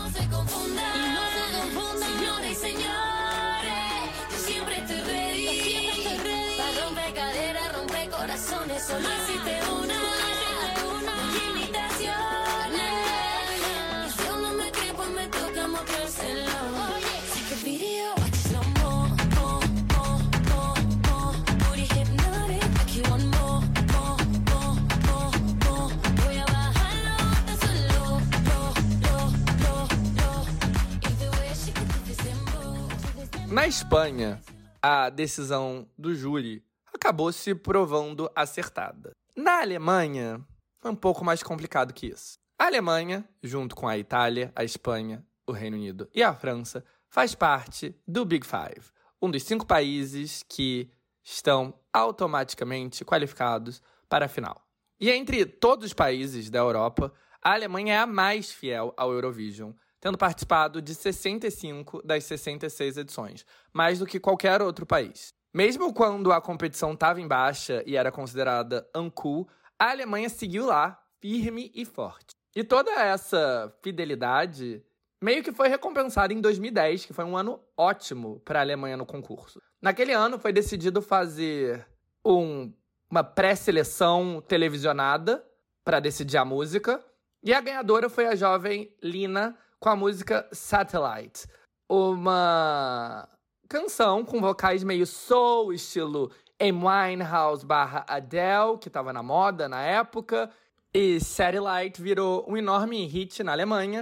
Na Espanha, a decisão do júri acabou se provando acertada. Na Alemanha, foi um pouco mais complicado que isso. A Alemanha, junto com a Itália, a Espanha, o Reino Unido e a França, faz parte do Big Five, um dos 5 países que estão automaticamente qualificados para a final. E entre todos os países da Europa, a Alemanha é a mais fiel ao Eurovision, tendo participado de 65 das 66 edições, mais do que qualquer outro país. Mesmo quando a competição estava em baixa e era considerada uncool, a Alemanha seguiu lá, firme e forte. E toda essa fidelidade meio que foi recompensada em 2010, que foi um ano ótimo para a Alemanha no concurso. Naquele ano foi decidido fazer uma pré-seleção televisionada para decidir a música, e a ganhadora foi a jovem Lina, com a música Satellite, uma canção com vocais meio soul, estilo Amy Winehouse / Adele, que estava na moda na época, e Satellite virou um enorme hit na Alemanha,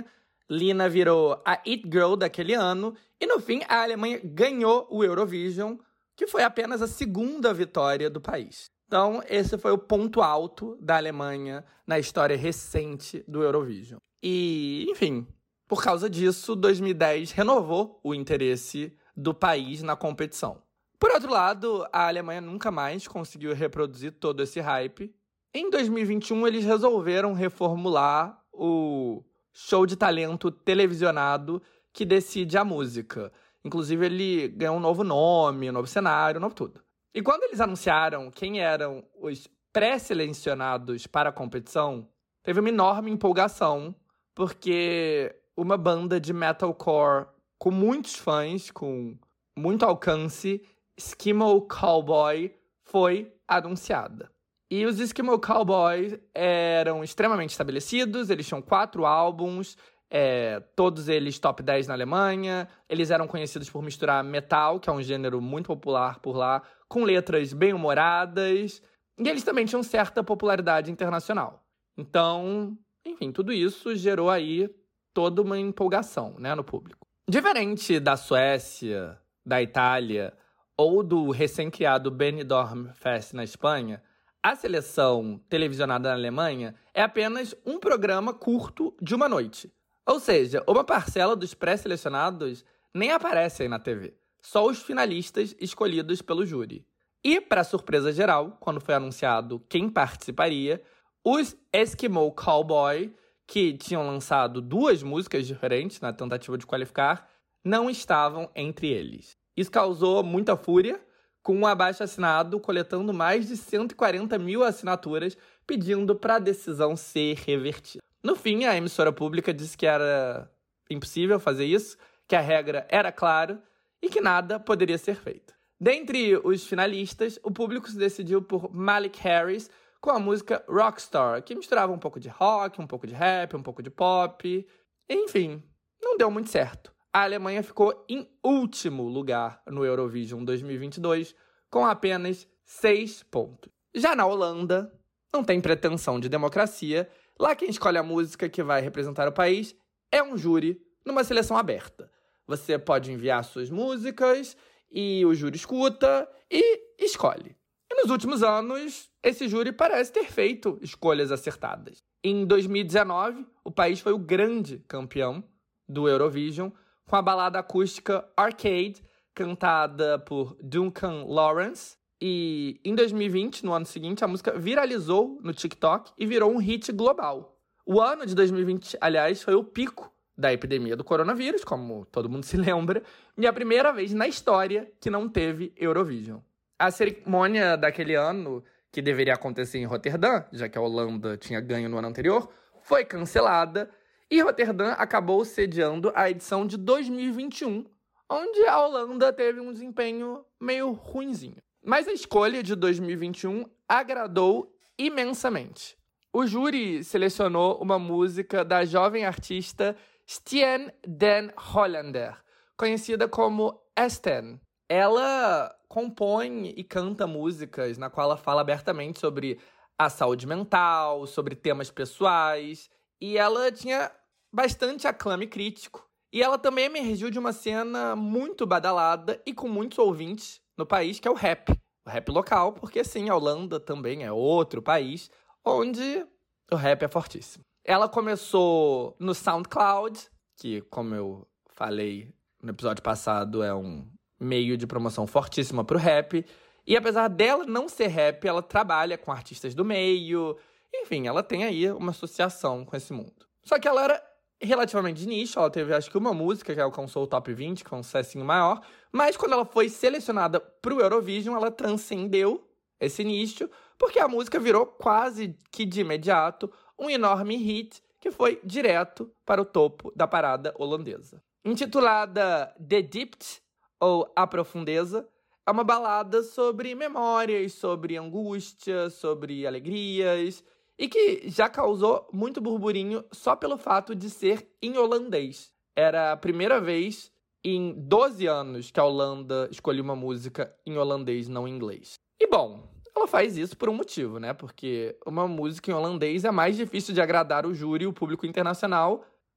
Lina virou a It Girl daquele ano e, no fim, a Alemanha ganhou o Eurovision, que foi apenas a segunda vitória do país. Então, esse foi o ponto alto da Alemanha na história recente do Eurovision. E, enfim, por causa disso, 2010 renovou o interesse do país na competição. Por outro lado, a Alemanha nunca mais conseguiu reproduzir todo esse hype. Em 2021, eles resolveram reformular o show de talento televisionado que decide a música. Inclusive, ele ganhou um novo nome, um novo cenário, um novo tudo. E quando eles anunciaram quem eram os pré-selecionados para a competição, teve uma enorme empolgação, porque uma banda de metalcore com muitos fãs, com muito alcance, Eskimo Callboy, foi anunciada. E os Eskimo Callboys eram extremamente estabelecidos, eles tinham 4 álbuns, todos eles top 10 na Alemanha. Eles eram conhecidos por misturar metal, que é um gênero muito popular por lá, com letras bem-humoradas. E eles também tinham certa popularidade internacional. Então, enfim, tudo isso gerou aí toda uma empolgação, né, no público. Diferente da Suécia, da Itália ou do recém-criado Benidorm Fest na Espanha, a seleção televisionada na Alemanha é apenas um programa curto de uma noite. Ou seja, uma parcela dos pré-selecionados nem aparece aí na TV. Só os finalistas escolhidos pelo júri. E, para surpresa geral, quando foi anunciado quem participaria, os Eskimo Callboy, que tinham lançado 2 músicas diferentes na tentativa de qualificar, não estavam entre eles. Isso causou muita fúria, com um abaixo-assinado coletando mais de 140 mil assinaturas pedindo para a decisão ser revertida. No fim, a emissora pública disse que era impossível fazer isso, que a regra era clara e que nada poderia ser feito. Dentre os finalistas, o público se decidiu por Malik Harris com a música Rockstar, que misturava um pouco de rock, um pouco de rap, um pouco de pop. Enfim, não deu muito certo. A Alemanha ficou em último lugar no Eurovision 2022, com apenas 6 pontos. Já na Holanda, não tem pretensão de democracia. Lá quem escolhe a música que vai representar o país é um júri numa seleção aberta. Você pode enviar suas músicas e o júri escuta e escolhe. E nos últimos anos, esse júri parece ter feito escolhas acertadas. Em 2019, o país foi o grande campeão do Eurovision, com a balada acústica Arcade, cantada por Duncan Lawrence. E em 2020, no ano seguinte, a música viralizou no TikTok e virou um hit global. O ano de 2020, aliás, foi o pico da epidemia do coronavírus, como todo mundo se lembra, e a primeira vez na história que não teve Eurovision. A cerimônia daquele ano, que deveria acontecer em Roterdã, já que a Holanda tinha ganho no ano anterior, foi cancelada e Roterdã acabou sediando a edição de 2021, onde a Holanda teve um desempenho meio ruinzinho. Mas a escolha de 2021 agradou imensamente. O júri selecionou uma música da jovem artista Stien den Hollander, conhecida como Estén. Ela compõe e canta músicas na qual ela fala abertamente sobre a saúde mental, sobre temas pessoais, e ela tinha bastante aclame crítico. E ela também emergiu de uma cena muito badalada e com muitos ouvintes no país, que é o rap. O rap local, porque sim, a Holanda também é outro país onde o rap é fortíssimo. Ela começou no SoundCloud, que, como eu falei no episódio passado, é um meio de promoção fortíssima pro rap. E apesar dela não ser rap, ela trabalha com artistas do meio. Enfim, ela tem aí uma associação com esse mundo. Só que ela era relativamente de nicho, ela teve acho que uma música que alcançou o top 20, que foi um sucessinho maior, mas quando ela foi selecionada pro Eurovision, ela transcendeu esse nicho, porque a música virou quase que de imediato um enorme hit que foi direto para o topo da parada holandesa. Intitulada The Diepte, ou A Profundeza, é uma balada sobre memórias, sobre angústia, sobre alegrias, e que já causou muito burburinho só pelo fato de ser em holandês. Era a primeira vez em 12 anos que a Holanda escolheu uma música em holandês, não em inglês. E bom, ela faz isso por um motivo, né? Porque uma música em holandês é mais difícil de agradar o júri e o público internacional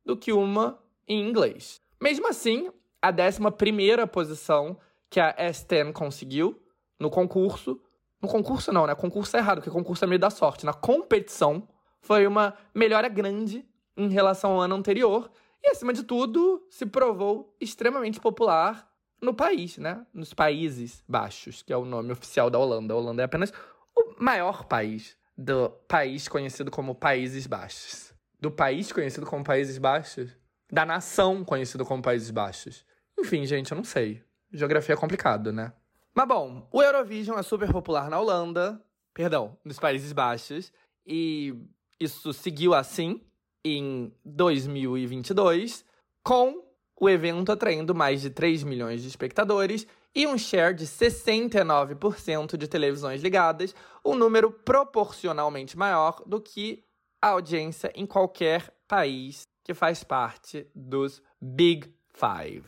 do que uma em inglês. Mesmo assim, a 11ª posição que a S10 conseguiu no concurso... No concurso não, né? Concurso é errado, porque concurso é meio da sorte. Na competição, foi uma melhora grande em relação ao ano anterior. E, acima de tudo, se provou extremamente popular no país, né? Nos Países Baixos, que é o nome oficial da Holanda. A Holanda é apenas o maior país do país conhecido como Países Baixos. Do país conhecido como Países Baixos? Da nação conhecido como Países Baixos. Enfim, gente, eu não sei. Geografia é complicado, né? Mas bom, o Eurovision é super popular na Holanda, nos Países Baixos, e isso seguiu assim em 2022, com o evento atraindo mais de 3 milhões de espectadores e um share de 69% de televisões ligadas, um número proporcionalmente maior do que a audiência em qualquer país que faz parte dos Big Five.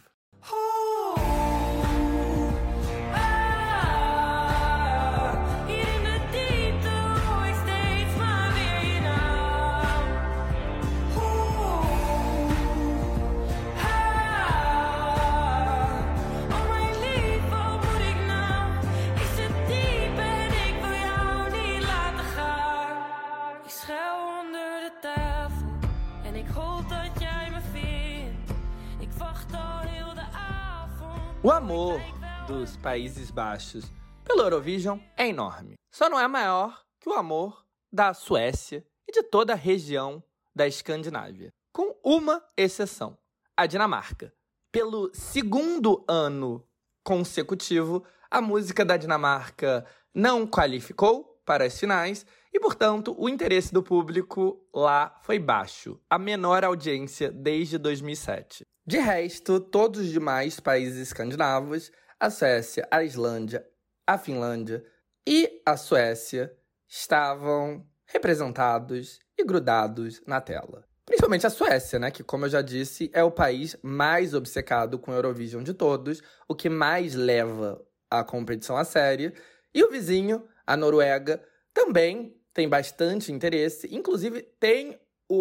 O amor dos Países Baixos pelo Eurovision é enorme. Só não é maior que o amor da Suécia e de toda a região da Escandinávia, com uma exceção, a Dinamarca. Pelo 2º ano consecutivo, a música da Dinamarca não qualificou para as finais e, portanto, o interesse do público lá foi baixo, a menor audiência desde 2007. De resto, todos os demais países escandinavos, a Suécia, a Islândia, a Finlândia e a Suécia estavam representados e grudados na tela. Principalmente a Suécia, né, que, como eu já disse, é o país mais obcecado com o Eurovision de todos, o que mais leva a competição a sério. E o vizinho, a Noruega, também tem bastante interesse, inclusive tem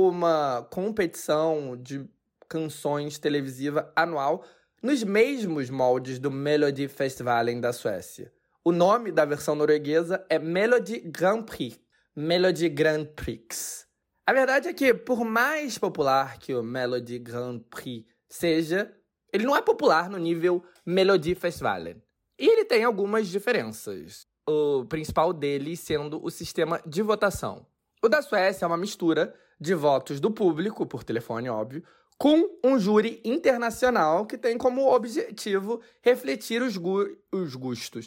uma competição de canções televisiva anual nos mesmos moldes do Melody Festivalen da Suécia. O nome da versão norueguesa é Melody Grand Prix, Melody Grand Prix. A verdade é que, por mais popular que o Melody Grand Prix seja, ele não é popular no nível Melody Festivalen. E ele tem algumas diferenças, o principal deles sendo o sistema de votação. O da Suécia é uma mistura de votos do público, por telefone, óbvio, com um júri internacional que tem como objetivo refletir os gostos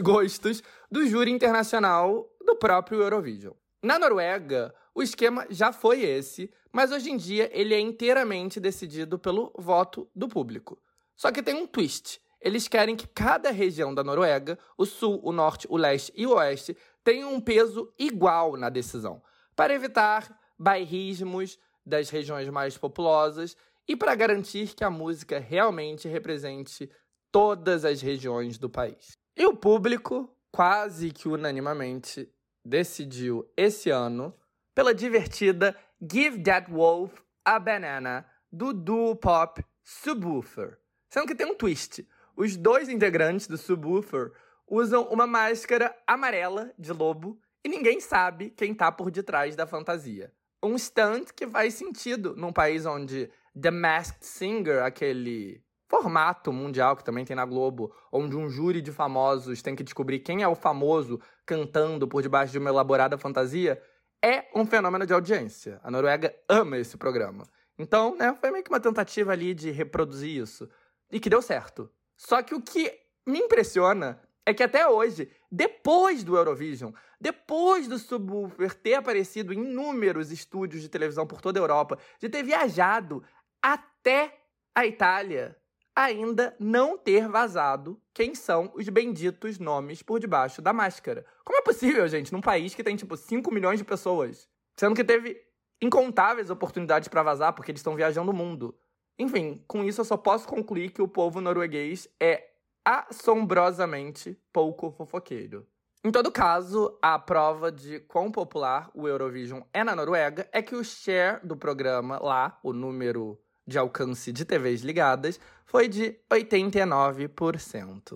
do júri internacional do próprio Eurovision. Na Noruega, o esquema já foi esse, mas hoje em dia ele é inteiramente decidido pelo voto do público. Só que tem um twist. Eles querem que cada região da Noruega, o sul, o norte, o leste e o oeste, tenham um peso igual na decisão, para evitar bairrismos das regiões mais populosas e para garantir que a música realmente represente todas as regiões do país. E o público, quase que unanimamente, decidiu esse ano pela divertida Give That Wolf a Banana, do duo pop Subwoofer. Sendo que tem um twist. Os 2 integrantes do Subwoofer usam uma máscara amarela de lobo e ninguém sabe quem tá por detrás da fantasia. Um stunt que faz sentido num país onde The Masked Singer, aquele formato mundial que também tem na Globo, onde um júri de famosos tem que descobrir quem é o famoso cantando por debaixo de uma elaborada fantasia, é um fenômeno de audiência. A Noruega ama esse programa. Então, né, foi meio que uma tentativa ali de reproduzir isso. E que deu certo. Só que o que me impressiona é que até hoje, depois do Eurovision, depois do Subwoofer ter aparecido em inúmeros estúdios de televisão por toda a Europa, de ter viajado até a Itália, ainda não ter vazado quem são os benditos nomes por debaixo da máscara. Como é possível, gente, num país que tem, 5 milhões de pessoas? Sendo que teve incontáveis oportunidades para vazar, porque eles estão viajando o mundo. Enfim, com isso eu só posso concluir que o povo norueguês é assombrosamente pouco fofoqueiro. Em todo caso, a prova de quão popular o Eurovision é na Noruega é que o share do programa lá, o número de alcance de TVs ligadas, foi de 89%.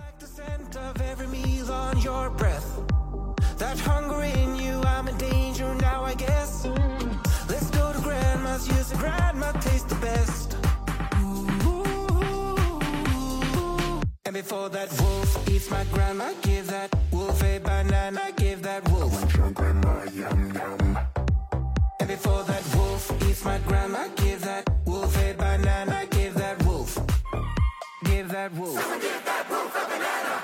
And before that wolf eats my grandma, give that wolf a banana, give that wolf. I want your grandma, yum yum. And before that wolf eats my grandma, give that wolf a banana, give that wolf. Give that wolf. Someone give that wolf a banana.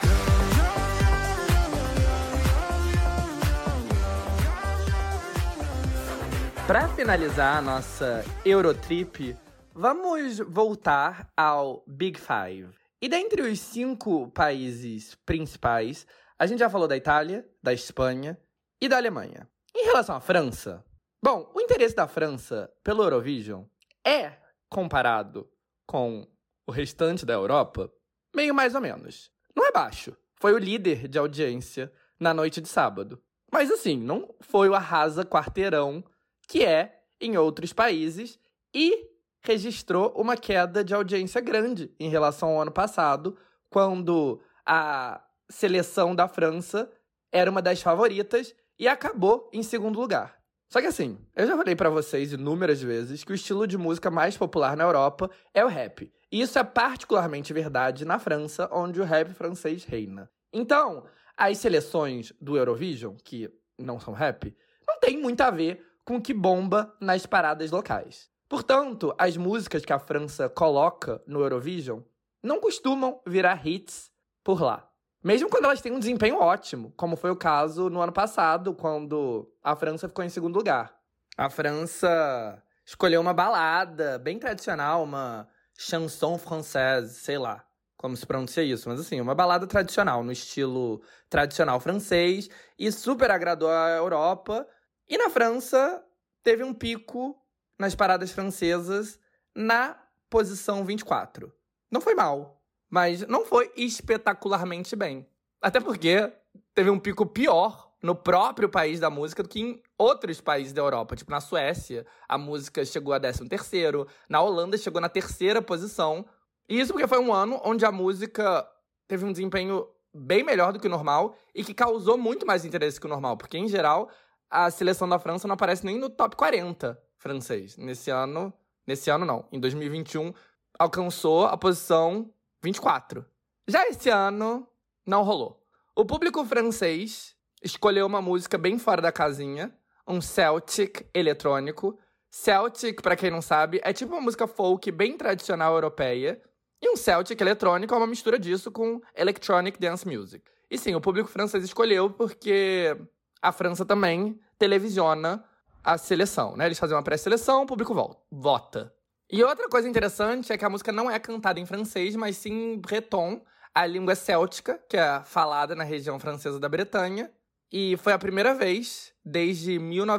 Para finalizar a nossa Eurotrip, vamos voltar ao Big Five. E dentre os 5 países principais, a gente já falou da Itália, da Espanha e da Alemanha. Em relação à França, bom, o interesse da França pelo Eurovision é, comparado com o restante da Europa, meio mais ou menos. Não é baixo. Foi o líder de audiência na noite de sábado. Mas assim, não foi o arrasa quarteirão que é em outros países e registrou uma queda de audiência grande em relação ao ano passado, quando a seleção da França era uma das favoritas e acabou em segundo lugar. Só que assim, eu já falei pra vocês inúmeras vezes que o estilo de música mais popular na Europa é o rap. E isso é particularmente verdade na França, onde o rap francês reina. Então, as seleções do Eurovision, que não são rap, não tem muito a ver com o que bomba nas paradas locais. Portanto, as músicas que a França coloca no Eurovision não costumam virar hits por lá. Mesmo quando elas têm um desempenho ótimo, como foi o caso no ano passado, quando a França ficou em segundo lugar. A França escolheu uma balada bem tradicional, uma chanson française, sei lá como se pronuncia isso, mas assim, uma balada tradicional, no estilo tradicional francês, e super agradou a Europa. E na França, teve um pico nas paradas francesas na posição 24. Não foi mal, mas não foi espetacularmente bem. Até porque teve um pico pior no próprio país da música do que em outros países da Europa. Tipo, na Suécia, a música chegou a 13º, na Holanda chegou na 3ª posição. E isso porque foi um ano onde a música teve um desempenho bem melhor do que o normal e que causou muito mais interesse que o normal, porque, em geral, a seleção da França não aparece nem no top 40 francês. Nesse ano não. Em 2021, alcançou a posição 24. Já esse ano, não rolou. O público francês escolheu uma música bem fora da casinha, um Celtic eletrônico. Celtic, pra quem não sabe, é tipo uma música folk bem tradicional europeia. E um Celtic eletrônico é uma mistura disso com electronic dance music. E sim, o público francês escolheu porque a França também televisiona a seleção, né? Eles fazem uma pré-seleção, o público vota. E outra coisa interessante é que a música não é cantada em francês, mas sim em breton, a língua céltica, que é falada na região francesa da Bretanha. E foi a primeira vez, desde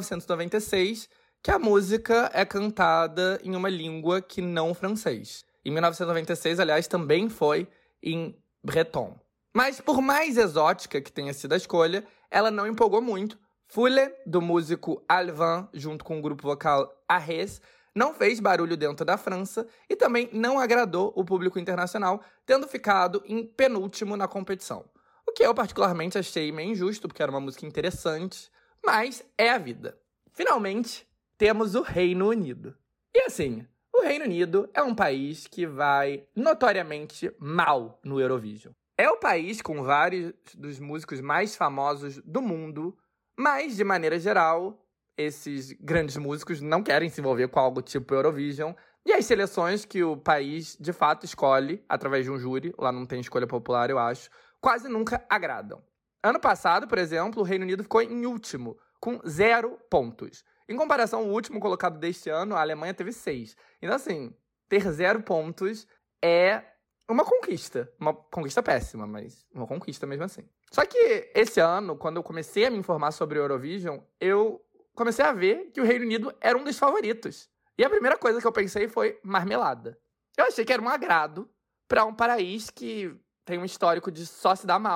1996, que a música é cantada em uma língua que não francês. Em 1996, aliás, também foi em breton. Mas por mais exótica que tenha sido a escolha, ela não empolgou muito. Foule, do músico Alvin, junto com o grupo vocal Arres, não fez barulho dentro da França e também não agradou o público internacional, tendo ficado em penúltimo na competição. O que eu particularmente achei meio injusto, porque era uma música interessante, mas é a vida. Finalmente, temos o Reino Unido. E assim, o Reino Unido é um país que vai notoriamente mal no Eurovision. É o país com vários dos músicos mais famosos do mundo, mas, de maneira geral, esses grandes músicos não querem se envolver com algo tipo Eurovision. E as seleções que o país, de fato, escolhe, através de um júri, lá não tem escolha popular, eu acho, quase nunca agradam. Ano passado, por exemplo, o Reino Unido ficou em último, com 0 pontos. Em comparação ao último colocado deste ano, a Alemanha teve 6. Então, assim, ter 0 pontos é uma conquista. Uma conquista péssima, mas uma conquista mesmo assim. Só que esse ano, quando eu comecei a me informar sobre o Eurovision, eu comecei a ver que o Reino Unido era um dos favoritos. E a primeira coisa que eu pensei foi marmelada. Eu achei que era um agrado para um país que tem um histórico de só se dar mal,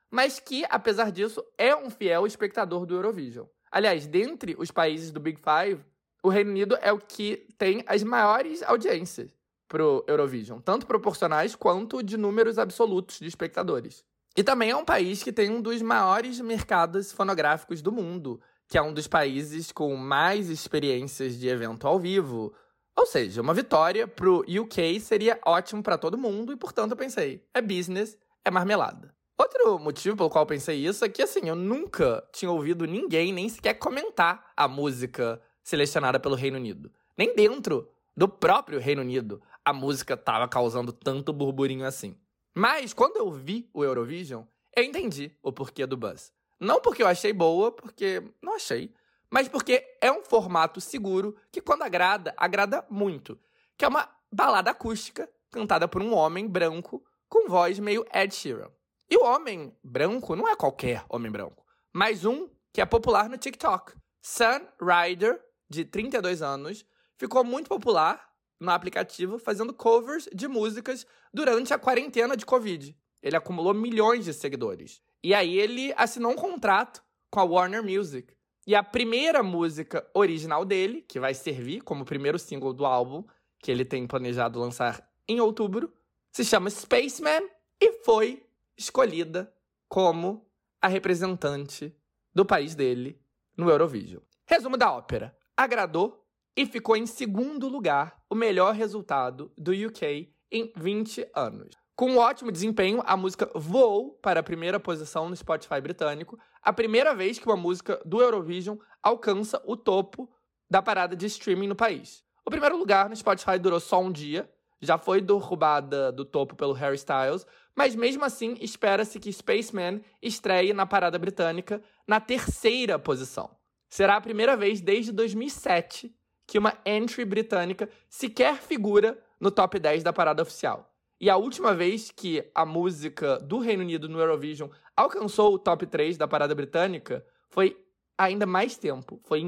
mas que, apesar disso, é um fiel espectador do Eurovision. Aliás, dentre os países do Big Five, o Reino Unido é o que tem as maiores audiências pro Eurovision, tanto proporcionais quanto de números absolutos de espectadores. E também é um país que tem um dos maiores mercados fonográficos do mundo, que é um dos países com mais experiências de evento ao vivo. Ou seja, uma vitória pro UK seria ótimo para todo mundo e, portanto, eu pensei, é business, é marmelada. Outro motivo pelo qual eu pensei isso é que, assim, eu nunca tinha ouvido ninguém nem sequer comentar a música selecionada pelo Reino Unido. Nem dentro do próprio Reino Unido a música estava causando tanto burburinho assim. Mas, quando eu vi o Eurovision, eu entendi o porquê do buzz. Não porque eu achei boa, porque não achei, mas porque é um formato seguro que, quando agrada, agrada muito. Que é uma balada acústica cantada por um homem branco com voz meio Ed Sheeran. E o homem branco não é qualquer homem branco, mas um que é popular no TikTok. Sun Ryder, de 32 anos, ficou muito popular no aplicativo fazendo covers de músicas durante a quarentena de Covid. Ele acumulou milhões de seguidores. E aí ele assinou um contrato com a Warner Music. E a primeira música original dele, que vai servir como primeiro single do álbum, que ele tem planejado lançar em outubro, se chama Spaceman e foi escolhida como a representante do país dele no Eurovision. Resumo da ópera. Agradou e ficou em segundo lugar, o melhor resultado do UK em 20 anos. Com um ótimo desempenho, a música voou para a primeira posição no Spotify britânico, a primeira vez que uma música do Eurovision alcança o topo da parada de streaming no país. O primeiro lugar no Spotify durou só um dia, já foi derrubada do topo pelo Harry Styles, mas mesmo assim espera-se que Spaceman estreie na parada britânica na terceira posição. Será a primeira vez desde 2007 que uma entry britânica sequer figura no top 10 da parada oficial. E a última vez que a música do Reino Unido no Eurovision alcançou o top 3 da parada britânica foi ainda mais tempo, foi em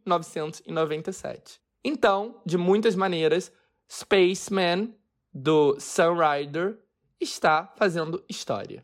1997. Então, de muitas maneiras, Spaceman, do Sun Ryder, está fazendo história.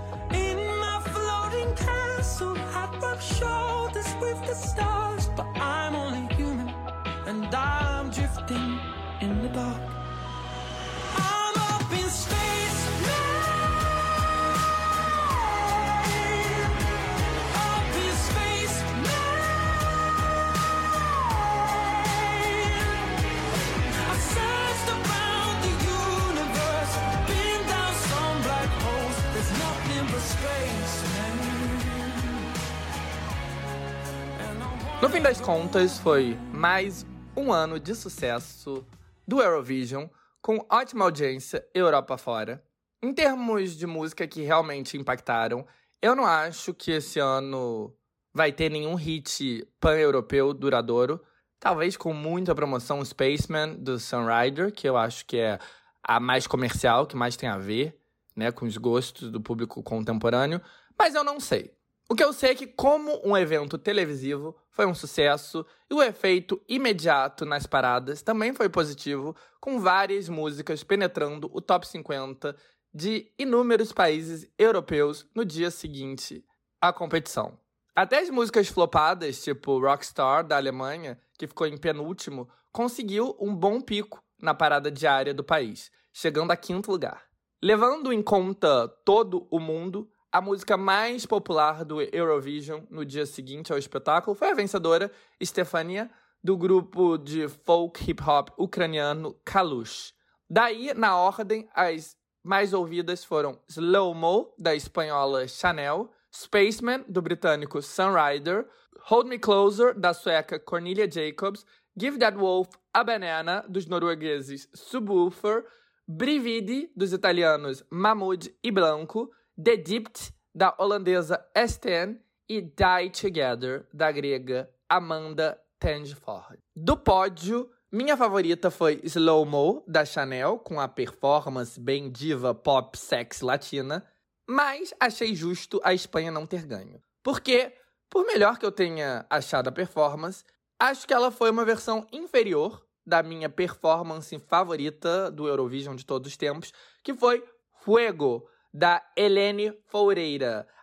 No fim das contas, foi mais um ano de sucesso do Eurovision, com ótima audiência Europa fora. Em termos de música que realmente impactaram, eu não acho que esse ano vai ter nenhum hit pan-europeu duradouro. Talvez com muita promoção Spaceman, do Sun Ryder, que eu acho que é a mais comercial, que mais tem a ver, né, com os gostos do público contemporâneo. Mas eu não sei. O que eu sei é que, como um evento televisivo, foi um sucesso e o efeito imediato nas paradas também foi positivo, com várias músicas penetrando o top 50 de inúmeros países europeus no dia seguinte à competição. Até as músicas flopadas, tipo Rockstar, da Alemanha, que ficou em penúltimo, conseguiu um bom pico na parada diária do país, chegando a 5º lugar. Levando em conta todo o mundo, a música mais popular do Eurovision no dia seguinte ao espetáculo foi a vencedora Stefania, do grupo de folk hip-hop ucraniano Kalush. Daí, na ordem, as mais ouvidas foram Slow Mo, da espanhola Chanel, Spaceman, do britânico Sun Ryder, Hold Me Closer, da sueca Cornelia Jacobs, Give That Wolf a Banana, dos noruegueses Subwoofer, Brividi, dos italianos Mahmood e Blanco, The Dipt, da holandesa Estén, e Die Together, da grega Amanda Tangeford. Do pódio, minha favorita foi Slow Mo, da Chanel, com a performance bem diva pop sexy latina, mas achei justo a Espanha não ter ganho. Porque, por melhor que eu tenha achado a performance, acho que ela foi uma versão inferior da minha performance favorita do Eurovision de todos os tempos, que foi Fuego, da Helene Foureira,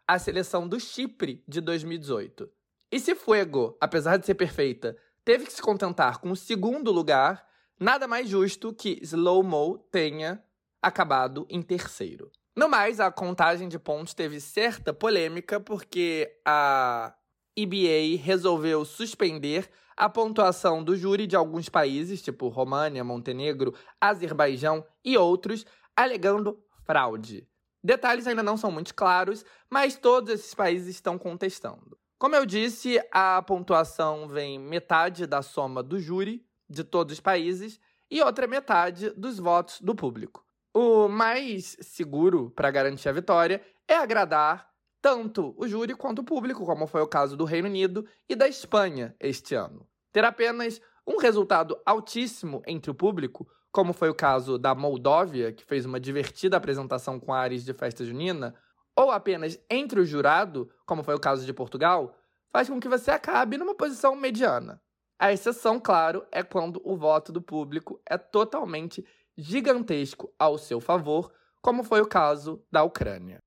a seleção do Chipre de 2018. E se Fuego, apesar de ser perfeita, teve que se contentar com o segundo lugar, nada mais justo que Slow Mo tenha acabado em terceiro. No mais, a contagem de pontos teve certa polêmica porque a EBA resolveu suspender a pontuação do júri de alguns países, tipo România, Montenegro, Azerbaijão e outros, alegando fraude. Detalhes ainda não são muito claros, mas todos esses países estão contestando. Como eu disse, a pontuação vem metade da soma do júri de todos os países e outra metade dos votos do público. O mais seguro para garantir a vitória é agradar tanto o júri quanto o público, como foi o caso do Reino Unido e da Espanha este ano. Ter apenas um resultado altíssimo entre o público, como foi o caso da Moldóvia, que fez uma divertida apresentação com ares de festa junina, ou apenas entre o jurado, como foi o caso de Portugal, faz com que você acabe numa posição mediana. A exceção, claro, é quando o voto do público é totalmente gigantesco ao seu favor, como foi o caso da Ucrânia.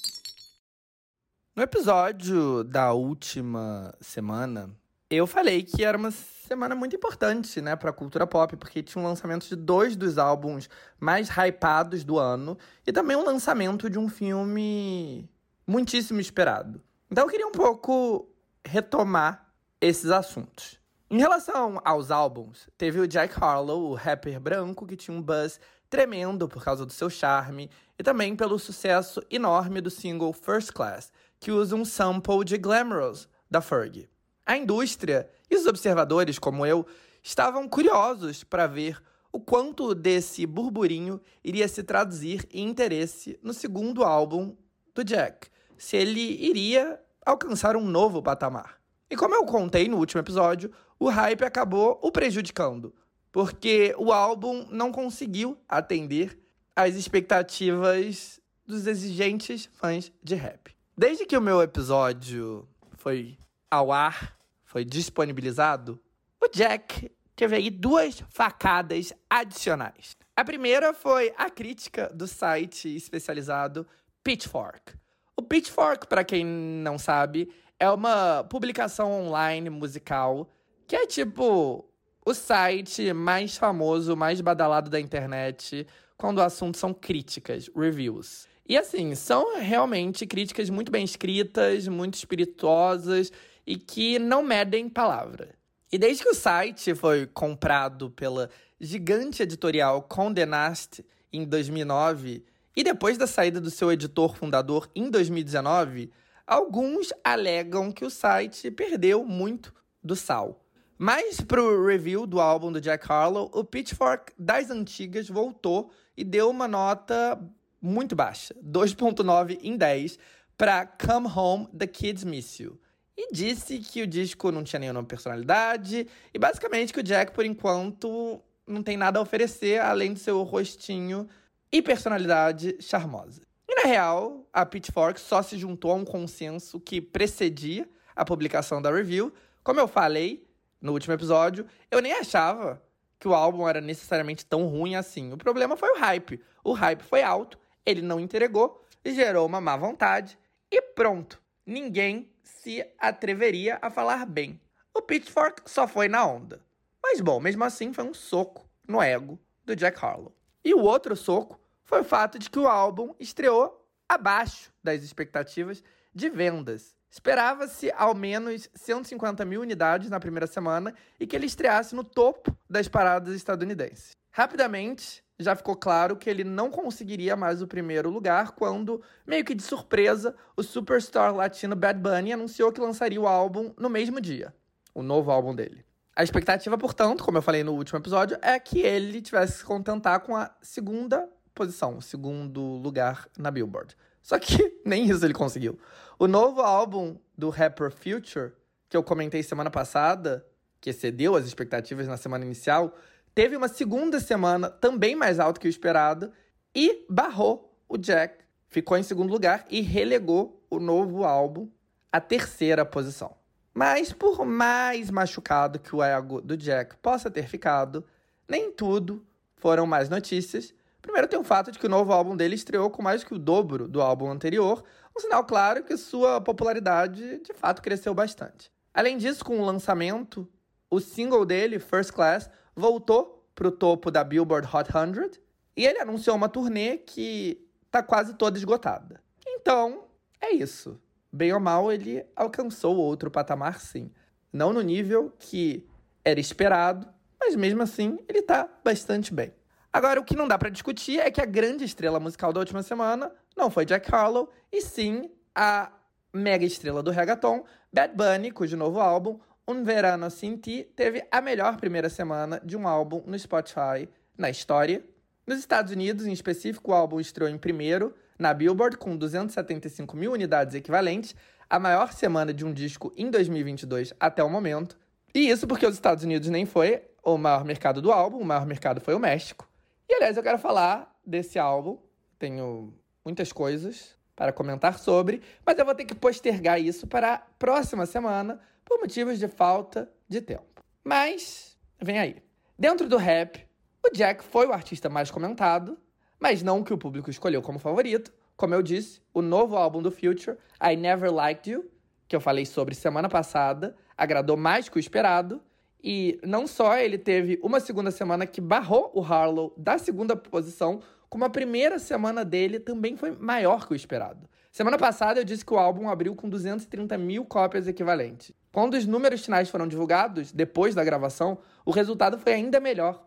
No episódio da última semana, eu falei que era uma semana muito importante, né, para a cultura pop, porque tinha um lançamento de 2 dos álbuns mais hypados do ano e também um lançamento de um filme muitíssimo esperado. Então eu queria um pouco retomar esses assuntos. Em relação aos álbuns, teve o Jack Harlow, o rapper branco, que tinha um buzz tremendo por causa do seu charme e também pelo sucesso enorme do single First Class, que usa um sample de Glamorous, da Fergie. A indústria e os observadores, como eu, estavam curiosos para ver o quanto desse burburinho iria se traduzir em interesse no segundo álbum do Jack, se ele iria alcançar um novo patamar. E como eu contei no último episódio, o hype acabou o prejudicando, porque o álbum não conseguiu atender às expectativas dos exigentes fãs de rap. Desde que o meu episódio foi ao ar, foi disponibilizado, o Jack teve aí 2 facadas adicionais. A primeira foi a crítica do site especializado Pitchfork. O Pitchfork, para quem não sabe, é uma publicação online musical que é tipo o site mais famoso, mais badalado da internet quando o assunto são críticas, reviews. E assim, são realmente críticas muito bem escritas, muito espirituosas e que não medem palavra. E desde que o site foi comprado pela gigante editorial Condé Nast em 2009 e depois da saída do seu editor fundador em 2019, alguns alegam que o site perdeu muito do sal. Mas pro review do álbum do Jack Harlow, o Pitchfork das antigas voltou e deu uma nota muito baixa, 2.9 em 10, para Come Home, The Kids Miss You. E disse que o disco não tinha nenhuma personalidade e basicamente que o Jack, por enquanto, não tem nada a oferecer além do seu rostinho e personalidade charmosa. E na real, a Pitchfork só se juntou a um consenso que precedia a publicação da review. Como eu falei no último episódio, eu nem achava que o álbum era necessariamente tão ruim assim. O problema foi o hype. O hype foi alto, ele não entregou, gerou uma má vontade e pronto. Ninguém se atreveria a falar bem. O Pitchfork só foi na onda. Mas bom, mesmo assim foi um soco no ego do Jack Harlow. E o outro soco foi o fato de que o álbum estreou abaixo das expectativas de vendas. Esperava-se ao menos 150 mil unidades na primeira semana e que ele estreasse no topo das paradas estadunidenses. Rapidamente, já ficou claro que ele não conseguiria mais o primeiro lugar quando, meio que de surpresa, o superstar latino Bad Bunny anunciou que lançaria o álbum no mesmo dia, o novo álbum dele. A expectativa, portanto, como eu falei no último episódio, é que ele tivesse que se contentar com a segunda posição, o segundo lugar na Billboard. Só que nem isso ele conseguiu. O novo álbum do rapper Future, que eu comentei semana passada, que excedeu as expectativas na semana inicial, teve uma segunda semana também mais alta que o esperado e barrou o Jack. Ficou em segundo lugar e relegou o novo álbum à terceira posição. Mas por mais machucado que o ego do Jack possa ter ficado, nem tudo foram más notícias, Primeiro tem o fato de que o novo álbum dele estreou com mais que o dobro do álbum anterior, um sinal claro que sua popularidade de fato cresceu bastante. Além disso, com o lançamento, o single dele, First Class, voltou para o topo da Billboard Hot 100 e ele anunciou uma turnê que tá quase toda esgotada. Então, é isso. Bem ou mal, ele alcançou outro patamar, sim. Não no nível que era esperado, mas mesmo assim, ele tá bastante bem. Agora, o que não dá pra discutir é que a grande estrela musical da última semana não foi Jack Harlow, e sim a mega estrela do reggaeton, Bad Bunny, cujo novo álbum, Un Verano Sin Ti, teve a melhor primeira semana de um álbum no Spotify na história. Nos Estados Unidos, em específico, o álbum estreou em primeiro na Billboard, com 275 mil unidades equivalentes, a maior semana de um disco em 2022 até o momento. E isso porque os Estados Unidos nem foi o maior mercado do álbum, o maior mercado foi o México. E, aliás, eu quero falar desse álbum, tenho muitas coisas para comentar sobre, mas eu vou ter que postergar isso para a próxima semana, por motivos de falta de tempo. Mas, vem aí. Dentro do rap, o Jack foi o artista mais comentado, mas não o que o público escolheu como favorito. Como eu disse, o novo álbum do Future, I Never Liked You, que eu falei sobre semana passada, agradou mais que o esperado. E não só ele teve uma segunda semana que barrou o Harlow da segunda posição, como a primeira semana dele também foi maior que o esperado. Semana passada eu disse que o álbum abriu com 230 mil cópias equivalentes. Quando os números finais foram divulgados, depois da gravação, o resultado foi ainda melhor,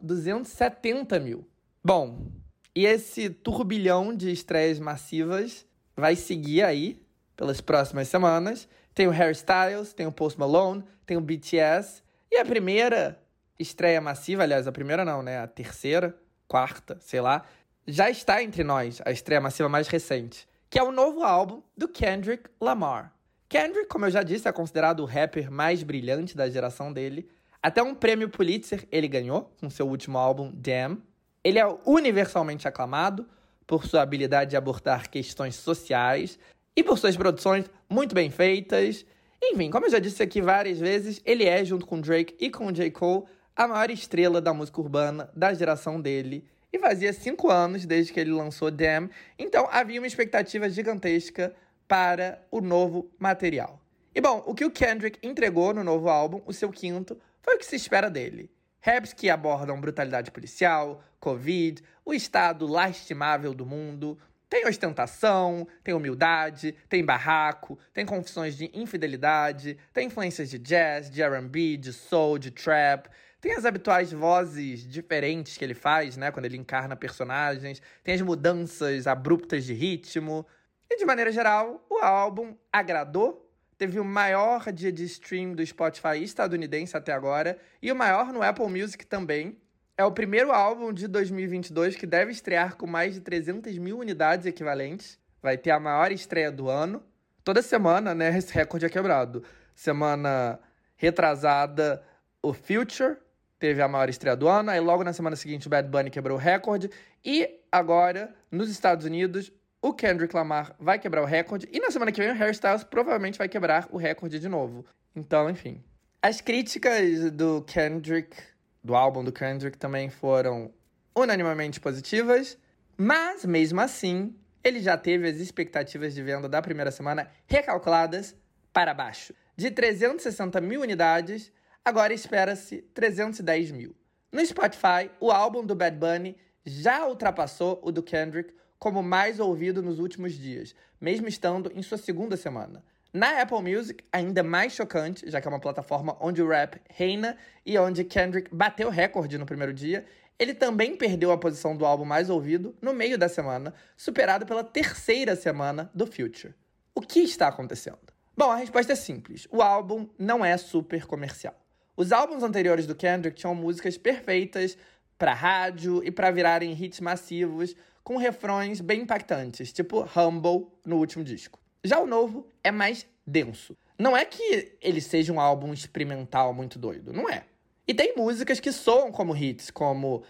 270 mil. Bom, e esse turbilhão de estreias massivas vai seguir aí pelas próximas semanas. Tem o Harry Styles, tem o Post Malone, tem o BTS. E a primeira estreia massiva, aliás, a primeira não, né? A terceira, quarta, sei lá, já está entre nós, a estreia massiva mais recente, que é o novo álbum do Kendrick Lamar. Kendrick, como eu já disse, é considerado o rapper mais brilhante da geração dele. Até um prêmio Pulitzer ele ganhou com seu último álbum, Damn. Ele é universalmente aclamado por sua habilidade de abordar questões sociais e por suas produções muito bem feitas. Enfim, como eu já disse aqui várias vezes, ele é, junto com Drake e com J. Cole, a maior estrela da música urbana da geração dele. E fazia 5 anos desde que ele lançou Damn, então havia uma expectativa gigantesca para o novo material. E bom, o que o Kendrick entregou no novo álbum, o seu quinto, foi o que se espera dele. Raps que abordam brutalidade policial, Covid, o estado lastimável do mundo. Tem ostentação, tem humildade, tem barraco, tem confissões de infidelidade, tem influências de jazz, de R&B, de soul, de trap. Tem as habituais vozes diferentes que ele faz, né, quando ele encarna personagens. Tem as mudanças abruptas de ritmo. E, de maneira geral, o álbum agradou. Teve o maior dia de stream do Spotify estadunidense até agora. E o maior no Apple Music também. É o primeiro álbum de 2022 que deve estrear com mais de 300 mil unidades equivalentes. Vai ter a maior estreia do ano. Toda semana, né, esse recorde é quebrado. Semana retrasada, o Future teve a maior estreia do ano. Aí logo na semana seguinte o Bad Bunny quebrou o recorde. E agora, nos Estados Unidos, o Kendrick Lamar vai quebrar o recorde. E na semana que vem o Harry Styles provavelmente vai quebrar o recorde de novo. Então, enfim. As críticas do Kendrick, do álbum do Kendrick, também foram unanimamente positivas. Mas, mesmo assim, ele já teve as expectativas de venda da primeira semana recalculadas para baixo. De 360 mil unidades, agora espera-se 310 mil. No Spotify, o álbum do Bad Bunny já ultrapassou o do Kendrick como mais ouvido nos últimos dias, mesmo estando em sua segunda semana. Na Apple Music, ainda mais chocante, já que é uma plataforma onde o rap reina e onde Kendrick bateu recorde no primeiro dia, ele também perdeu a posição do álbum mais ouvido no meio da semana, superado pela terceira semana do Future. O que está acontecendo? Bom, a resposta é simples. O álbum não é super comercial. Os álbuns anteriores do Kendrick tinham músicas perfeitas para rádio e para virarem hits massivos, com refrões bem impactantes, tipo Humble no último disco. Já o novo é mais denso. Não é que ele seja um álbum experimental muito doido, não é. E tem músicas que soam como hits, como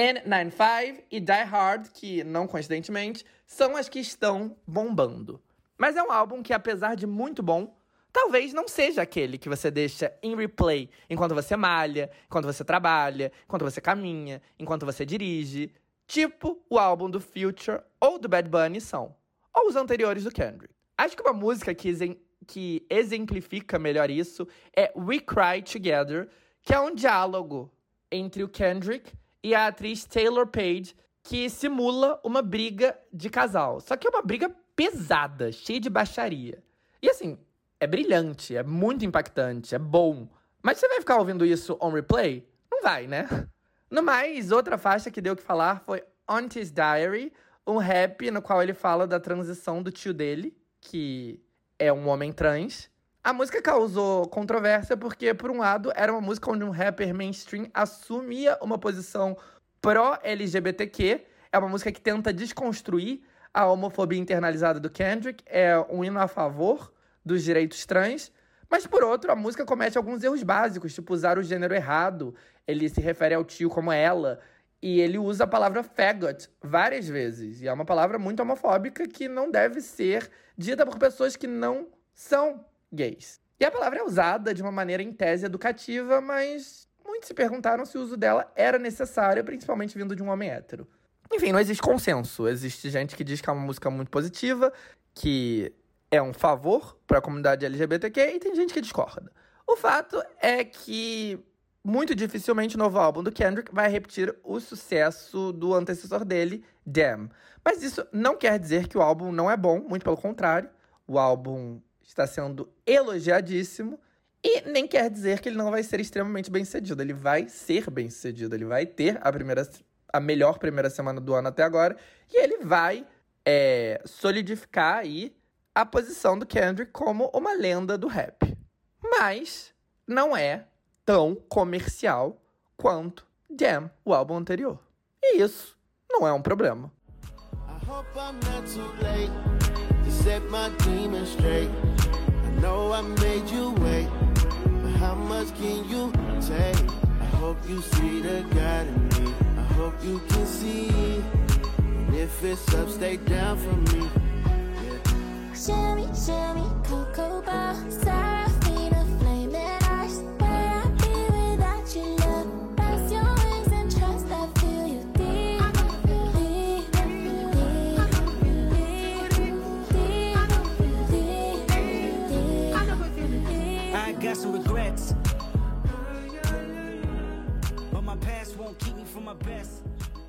N95 e Die Hard, que, não coincidentemente, são as que estão bombando. Mas é um álbum que, apesar de muito bom, talvez não seja aquele que você deixa em replay enquanto você malha, enquanto você trabalha, enquanto você caminha, enquanto você dirige. tipo o álbum do Future ou do Bad Bunny são, ou os anteriores do Kendrick. Acho que uma música que exemplifica melhor isso é We Cry Together, que é um diálogo entre o Kendrick e a atriz Taylor Page, que simula uma briga de casal. Só que é uma briga pesada, cheia de baixaria. E assim, é brilhante, é muito impactante, é bom. Mas você vai ficar ouvindo isso on replay? Não vai, né? No mais, outra faixa que deu o que falar foi Auntie's Diary, um rap no qual ele fala da transição do tio dele, que é um homem trans. A música causou controvérsia porque, por um lado, era uma música onde um rapper mainstream assumia uma posição pró-LGBTQ. É uma música que tenta desconstruir a homofobia internalizada do Kendrick. É um hino a favor dos direitos trans. Mas, por outro, a música comete alguns erros básicos, tipo usar o gênero errado. Ele se refere ao tio como ela. E ele usa a palavra faggot várias vezes. E é uma palavra muito homofóbica que não deve ser dita por pessoas que não são gays. E a palavra é usada de uma maneira em tese educativa, mas muitos se perguntaram se o uso dela era necessário, principalmente vindo de um homem hétero. Enfim, não existe consenso. Existe gente que diz que é uma música muito positiva, que é um favor para a comunidade LGBTQ, e tem gente que discorda. O fato é que muito dificilmente o novo álbum do Kendrick vai repetir o sucesso do antecessor dele, Damn. Mas isso não quer dizer que o álbum não é bom, muito pelo contrário. O álbum está sendo elogiadíssimo e nem quer dizer que ele não vai ser extremamente bem-sucedido. Ele vai ser bem-sucedido, ele vai ter a melhor primeira semana do ano até agora e ele vai solidificar aí a posição do Kendrick como uma lenda do rap. Mas não é tão comercial quanto Damn, o álbum anterior. E isso não é um problema. I hope I'm not too late to set my demons straight. I know I made you wait, but how much can you take? I hope you see the God in me. I hope you can see. And if it's up, stay down for me. Shimmy, shimmy, cocoa bar, Serafina, flaming eyes. Where I be without your love? Press your wings and trust I feel you deep, deep, deep, deep. I got some regrets, but my past won't keep me from my best.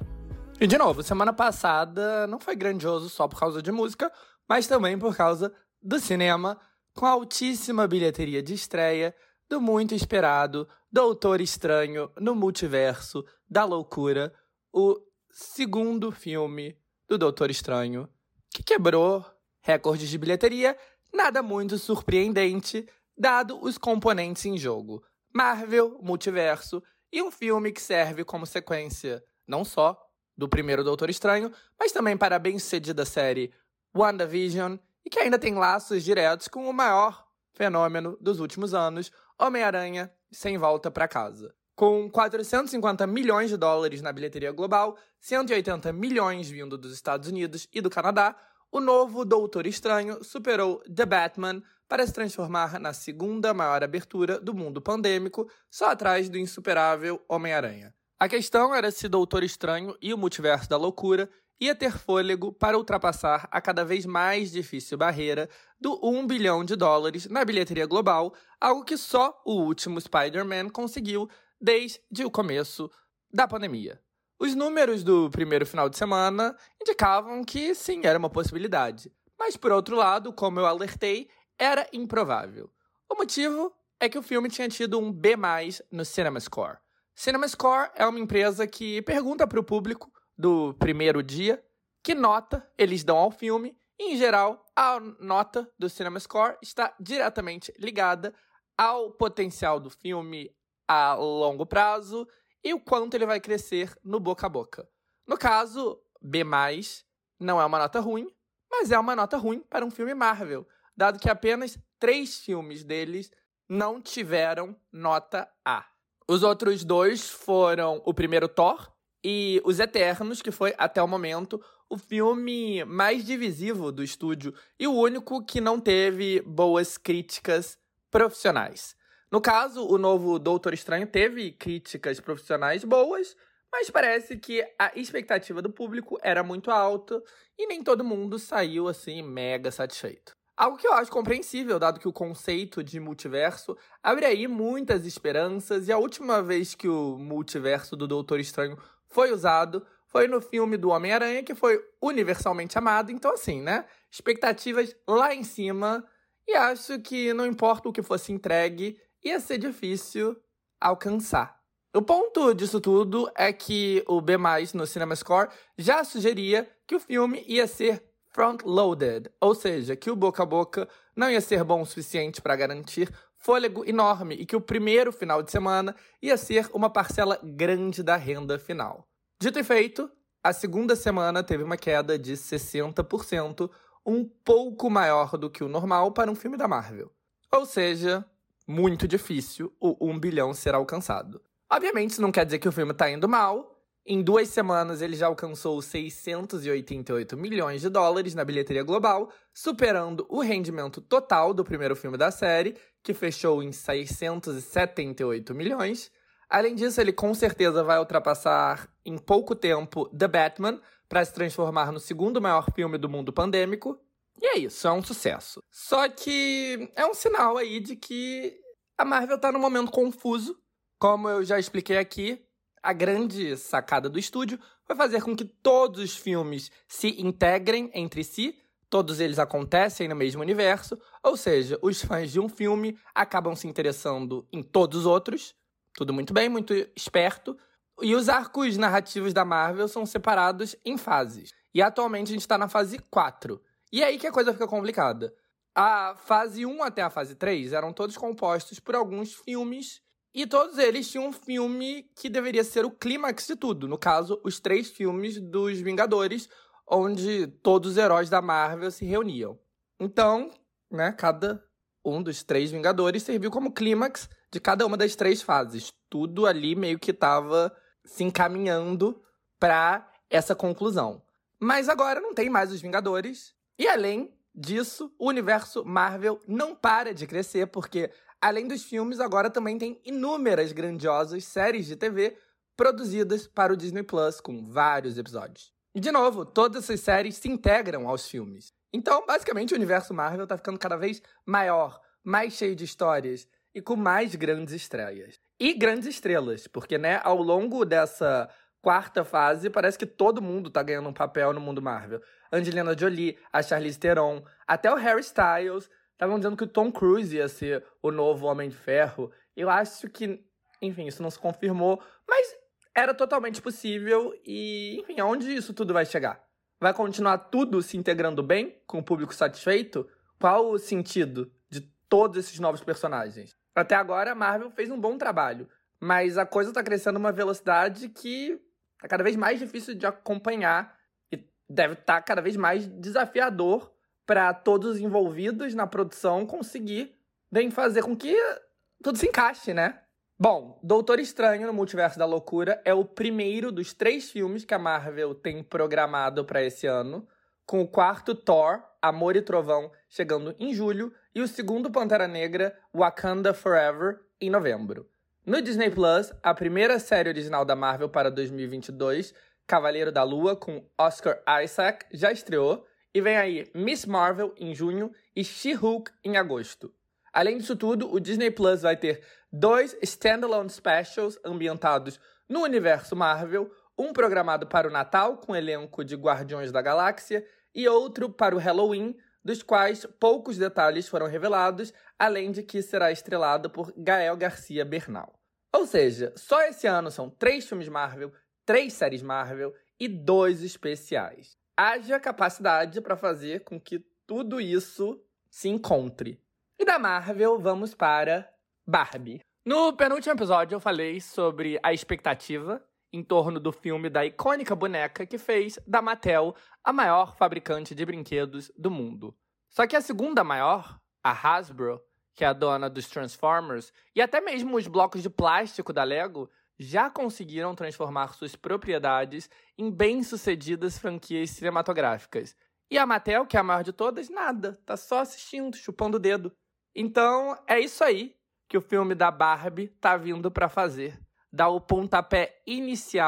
E de novo, semana passada não foi grandioso só por causa de música, mas também por causa do cinema, com a altíssima bilheteria de estreia do muito esperado Doutor Estranho no Multiverso da Loucura, o segundo filme do Doutor Estranho, que quebrou recordes de bilheteria, nada muito surpreendente, dado os componentes em jogo. Marvel, Multiverso e um filme que serve como sequência não só do primeiro Doutor Estranho, mas também para a bem-sucedida série WandaVision, e que ainda tem laços diretos com o maior fenômeno dos últimos anos, Homem-Aranha Sem Volta para Casa. Com 450 milhões de dólares na bilheteria global, 180 milhões vindo dos Estados Unidos e do Canadá, o novo Doutor Estranho superou The Batman para se transformar na segunda maior abertura do mundo pandêmico, só atrás do insuperável Homem-Aranha. A questão era se Doutor Estranho e o Multiverso da Loucura ia ter fôlego para ultrapassar a cada vez mais difícil barreira do 1 bilhão de dólares na bilheteria global, algo que só o último Spider-Man conseguiu desde o começo da pandemia. Os números do primeiro final de semana indicavam que sim, era uma possibilidade. Mas, por outro lado, como eu alertei, era improvável. O motivo é que o filme tinha tido um B+, no CinemaScore. CinemaScore é uma empresa que pergunta para o público do primeiro dia que nota eles dão ao filme. E, em geral, a nota do CinemaScore está diretamente ligada ao potencial do filme a longo prazo e o quanto ele vai crescer no boca a boca. No caso, B+, não é uma nota ruim, mas é uma nota ruim para um filme Marvel, dado que apenas 3 filmes deles não tiveram nota A. Os outros 2 foram o primeiro Thor e Os Eternos, que foi, até o momento, o filme mais divisivo do estúdio e o único que não teve boas críticas profissionais. No caso, o novo Doutor Estranho teve críticas profissionais boas, Mas parece que a expectativa do público era muito alta e nem todo mundo saiu, assim, mega satisfeito. Algo que eu acho compreensível, dado que o conceito de multiverso abre aí muitas esperanças, e a última vez que o multiverso do Doutor Estranho foi usado foi no filme do Homem-Aranha, que foi universalmente amado. Então, assim, né? Expectativas lá em cima, e acho que não importa o que fosse entregue, ia ser difícil alcançar. O ponto disso tudo é que o B+, no CinemaScore, já sugeria que o filme ia ser front-loaded, ou seja, que o boca a boca não ia ser bom o suficiente para garantir fôlego enorme e que o primeiro final de semana ia ser uma parcela grande da renda final. Dito e feito, a segunda semana teve uma queda de 60%, um pouco maior do que o normal para um filme da Marvel. Ou seja, muito difícil o 1 bilhão ser alcançado. Obviamente, isso não quer dizer que o filme tá indo mal. Em 2 semanas, ele já alcançou 688 milhões de dólares na bilheteria global, superando o rendimento total do primeiro filme da série, que fechou em 678 milhões. Além disso, ele com certeza vai ultrapassar em pouco tempo The Batman, para se transformar no segundo maior filme do mundo pandêmico. E é isso, é um sucesso. Só que é um sinal aí de que a Marvel tá num momento confuso. Como eu já expliquei aqui, a grande sacada do estúdio foi fazer com que todos os filmes se integrem entre si, todos eles acontecem no mesmo universo, ou seja, os fãs de um filme acabam se interessando em todos os outros, tudo muito bem, muito esperto, e os arcos narrativos da Marvel são separados em fases. E atualmente a gente está na fase 4, e é aí que a coisa fica complicada. A fase 1 até a fase 3 eram todos compostos por alguns filmes, e todos eles tinham um filme que deveria ser o clímax de tudo. No caso, os 3 filmes dos Vingadores, onde todos os heróis da Marvel se reuniam. Então, né, cada um dos 3 Vingadores serviu como clímax de cada uma das 3 fases. Tudo ali meio que estava se encaminhando para essa conclusão. Mas agora não tem mais os Vingadores. E além disso, o universo Marvel não para de crescer, porque além dos filmes, agora também tem inúmeras grandiosas séries de TV produzidas para o Disney Plus, com vários episódios. E, de novo, todas essas séries se integram aos filmes. Então, basicamente, o universo Marvel tá ficando cada vez maior, mais cheio de histórias e com mais grandes estreias. E grandes estrelas, porque, né, ao longo dessa 4ª fase, parece que todo mundo tá ganhando um papel no mundo Marvel. Angelina Jolie, a Charlize Theron, até o Harry Styles. Estavam dizendo que o Tom Cruise ia ser o novo Homem de Ferro. Eu acho que, enfim, isso não se confirmou, mas era totalmente possível e, enfim, aonde isso tudo vai chegar? Vai continuar tudo se integrando bem, com o público satisfeito? Qual o sentido de todos esses novos personagens? Até agora, a Marvel fez um bom trabalho, mas a coisa tá crescendo numa velocidade que tá cada vez mais difícil de acompanhar e deve estar cada vez mais desafiador para todos os envolvidos na produção conseguir bem fazer com que tudo se encaixe, né? Bom, Doutor Estranho no Multiverso da Loucura é o primeiro dos 3 filmes que a Marvel tem programado para esse ano, com o 4º Thor, Amor e Trovão, chegando em julho, e o 2º Pantera Negra, Wakanda Forever, em novembro. No Disney Plus, a primeira série original da Marvel para 2022, Cavaleiro da Lua, com Oscar Isaac, já estreou, e vem aí Miss Marvel em junho e She-Hulk em agosto. Além disso tudo, o Disney Plus vai ter 2 standalone specials ambientados no universo Marvel, um programado para o Natal, com elenco de Guardiões da Galáxia, e outro para o Halloween, dos quais poucos detalhes foram revelados, além de que será estrelado por Gael Garcia Bernal. Ou seja, só esse ano são 3 filmes Marvel, 3 séries Marvel e 2 especiais. Haja capacidade para fazer com que tudo isso se encontre. E da Marvel, vamos para Barbie. No penúltimo episódio, eu falei sobre a expectativa em torno do filme da icônica boneca que fez da Mattel a maior fabricante de brinquedos do mundo. Só que a segunda maior, a Hasbro, que é a dona dos Transformers, e até mesmo os blocos de plástico da Lego, já conseguiram transformar suas propriedades em bem-sucedidas franquias cinematográficas. E a Mattel, que é a maior de todas, nada. Tá só assistindo, chupando o dedo. Então, é isso aí que o filme da Barbie tá vindo pra fazer. Dar o pontapé inicial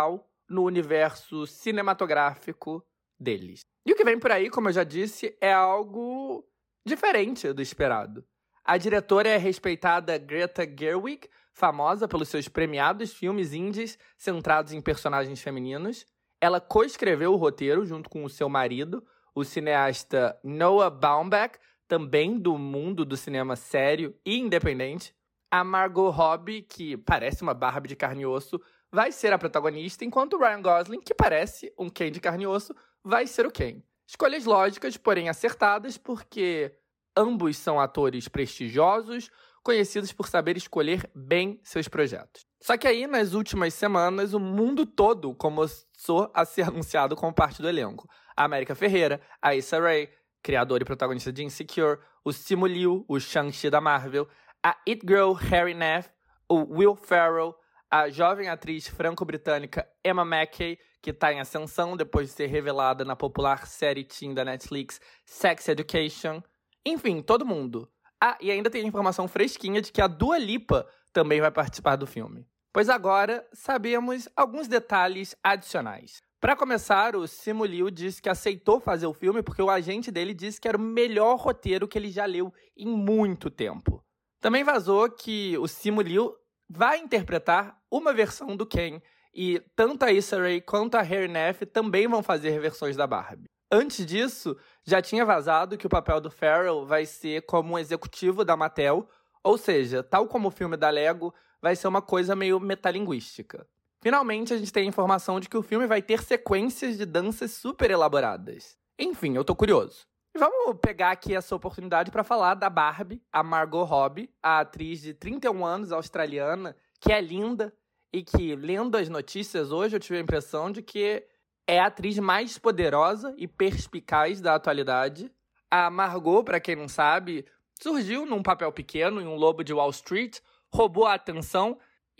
no universo cinematográfico deles. E o que vem por aí, como eu já disse, é algo diferente do esperado. A diretora é a respeitada Greta Gerwig, famosa pelos seus premiados filmes indies centrados em personagens femininos. Ela coescreveu o roteiro junto com o seu marido, o cineasta Noah Baumbach, também do mundo do cinema sério e independente. A Margot Robbie, que parece uma Barbie de carne e osso, vai ser a protagonista, enquanto o Ryan Gosling, que parece um Ken de carne e osso, vai ser o Ken. Escolhas lógicas, porém acertadas, porque ambos são atores prestigiosos, conhecidos por saber escolher bem seus projetos. Só que aí, nas últimas semanas, o mundo todo começou a ser anunciado como parte do elenco. A América Ferreira, a Issa Rae, criadora e protagonista de Insecure, o Simu Liu, o Shang-Chi da Marvel, a It Girl Harry Neff, o Will Ferrell, a jovem atriz franco-britânica Emma Mackey, que está em ascensão depois de ser revelada na popular série teen da Netflix Sex Education. Enfim, todo mundo. Ah, e ainda tem a informação fresquinha de que a Dua Lipa também vai participar do filme. Pois agora sabemos alguns detalhes adicionais. Para começar, o Simu Liu disse que aceitou fazer o filme porque o agente dele disse que era o melhor roteiro que ele já leu em muito tempo. Também vazou que o Simu Liu vai interpretar uma versão do Ken, e tanto a Issa Rae quanto a Harry Neff também vão fazer versões da Barbie. Antes disso, já tinha vazado que o papel do Ferrell vai ser como um executivo da Mattel, ou seja, tal como o filme da Lego, vai ser uma coisa meio metalinguística. Finalmente, a gente tem a informação de que o filme vai ter sequências de danças super elaboradas. Enfim, eu tô curioso. E vamos pegar aqui essa oportunidade para falar da Barbie, a Margot Robbie, a atriz de 31 anos australiana, que é linda e que, lendo as notícias hoje, eu tive a impressão de que é a atriz mais poderosa e perspicaz da atualidade. A Margot, para quem não sabe, surgiu num papel pequeno em Um Lobo de Wall Street, roubou a atenção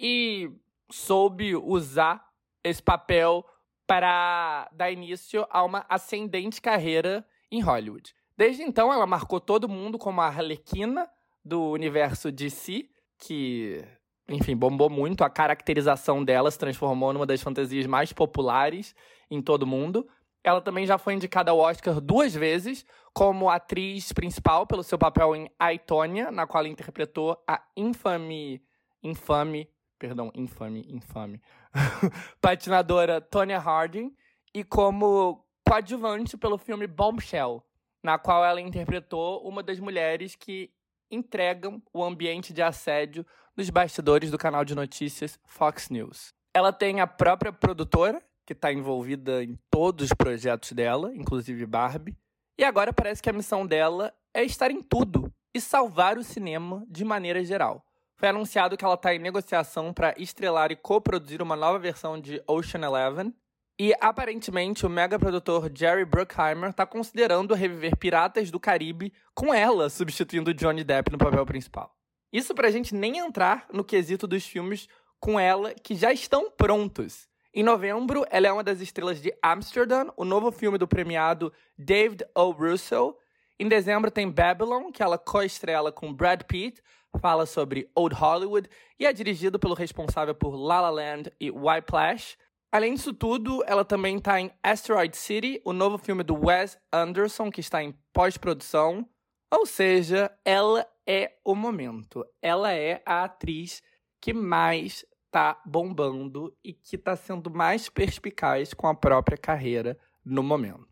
e soube usar esse papel para dar início a uma ascendente carreira em Hollywood. Desde então, ela marcou todo mundo como a Arlequina do universo DC, que, enfim, bombou muito. A caracterização dela se transformou numa das fantasias mais populares em todo mundo. Ela também já foi indicada ao Oscar 2 vezes como atriz principal pelo seu papel em I, Tonya, na qual ela interpretou a infame patinadora Tonya Harding, e como coadjuvante pelo filme Bombshell, na qual ela interpretou uma das mulheres que entregam o ambiente de assédio nos bastidores do canal de notícias Fox News. Ela tem a própria produtora, que está envolvida em todos os projetos dela, inclusive Barbie, e agora parece que a missão dela é estar em tudo e salvar o cinema de maneira geral. Foi anunciado que ela está em negociação para estrelar e coproduzir uma nova versão de Ocean Eleven, e aparentemente o megaprodutor Jerry Bruckheimer está considerando reviver Piratas do Caribe com ela substituindo Johnny Depp no papel principal. Isso pra gente nem entrar no quesito dos filmes com ela que já estão prontos. Em novembro, ela é uma das estrelas de Amsterdam, o novo filme do premiado David O. Russell. Em dezembro tem Babylon, que ela co-estrela com Brad Pitt, fala sobre Old Hollywood e é dirigido pelo responsável por La La Land e Whiplash. Além disso tudo, ela também está em Asteroid City, o novo filme do Wes Anderson, que está em pós-produção. Ou seja, ela é o momento. Ela é a atriz que mais está bombando e que está sendo mais perspicaz com a própria carreira no momento.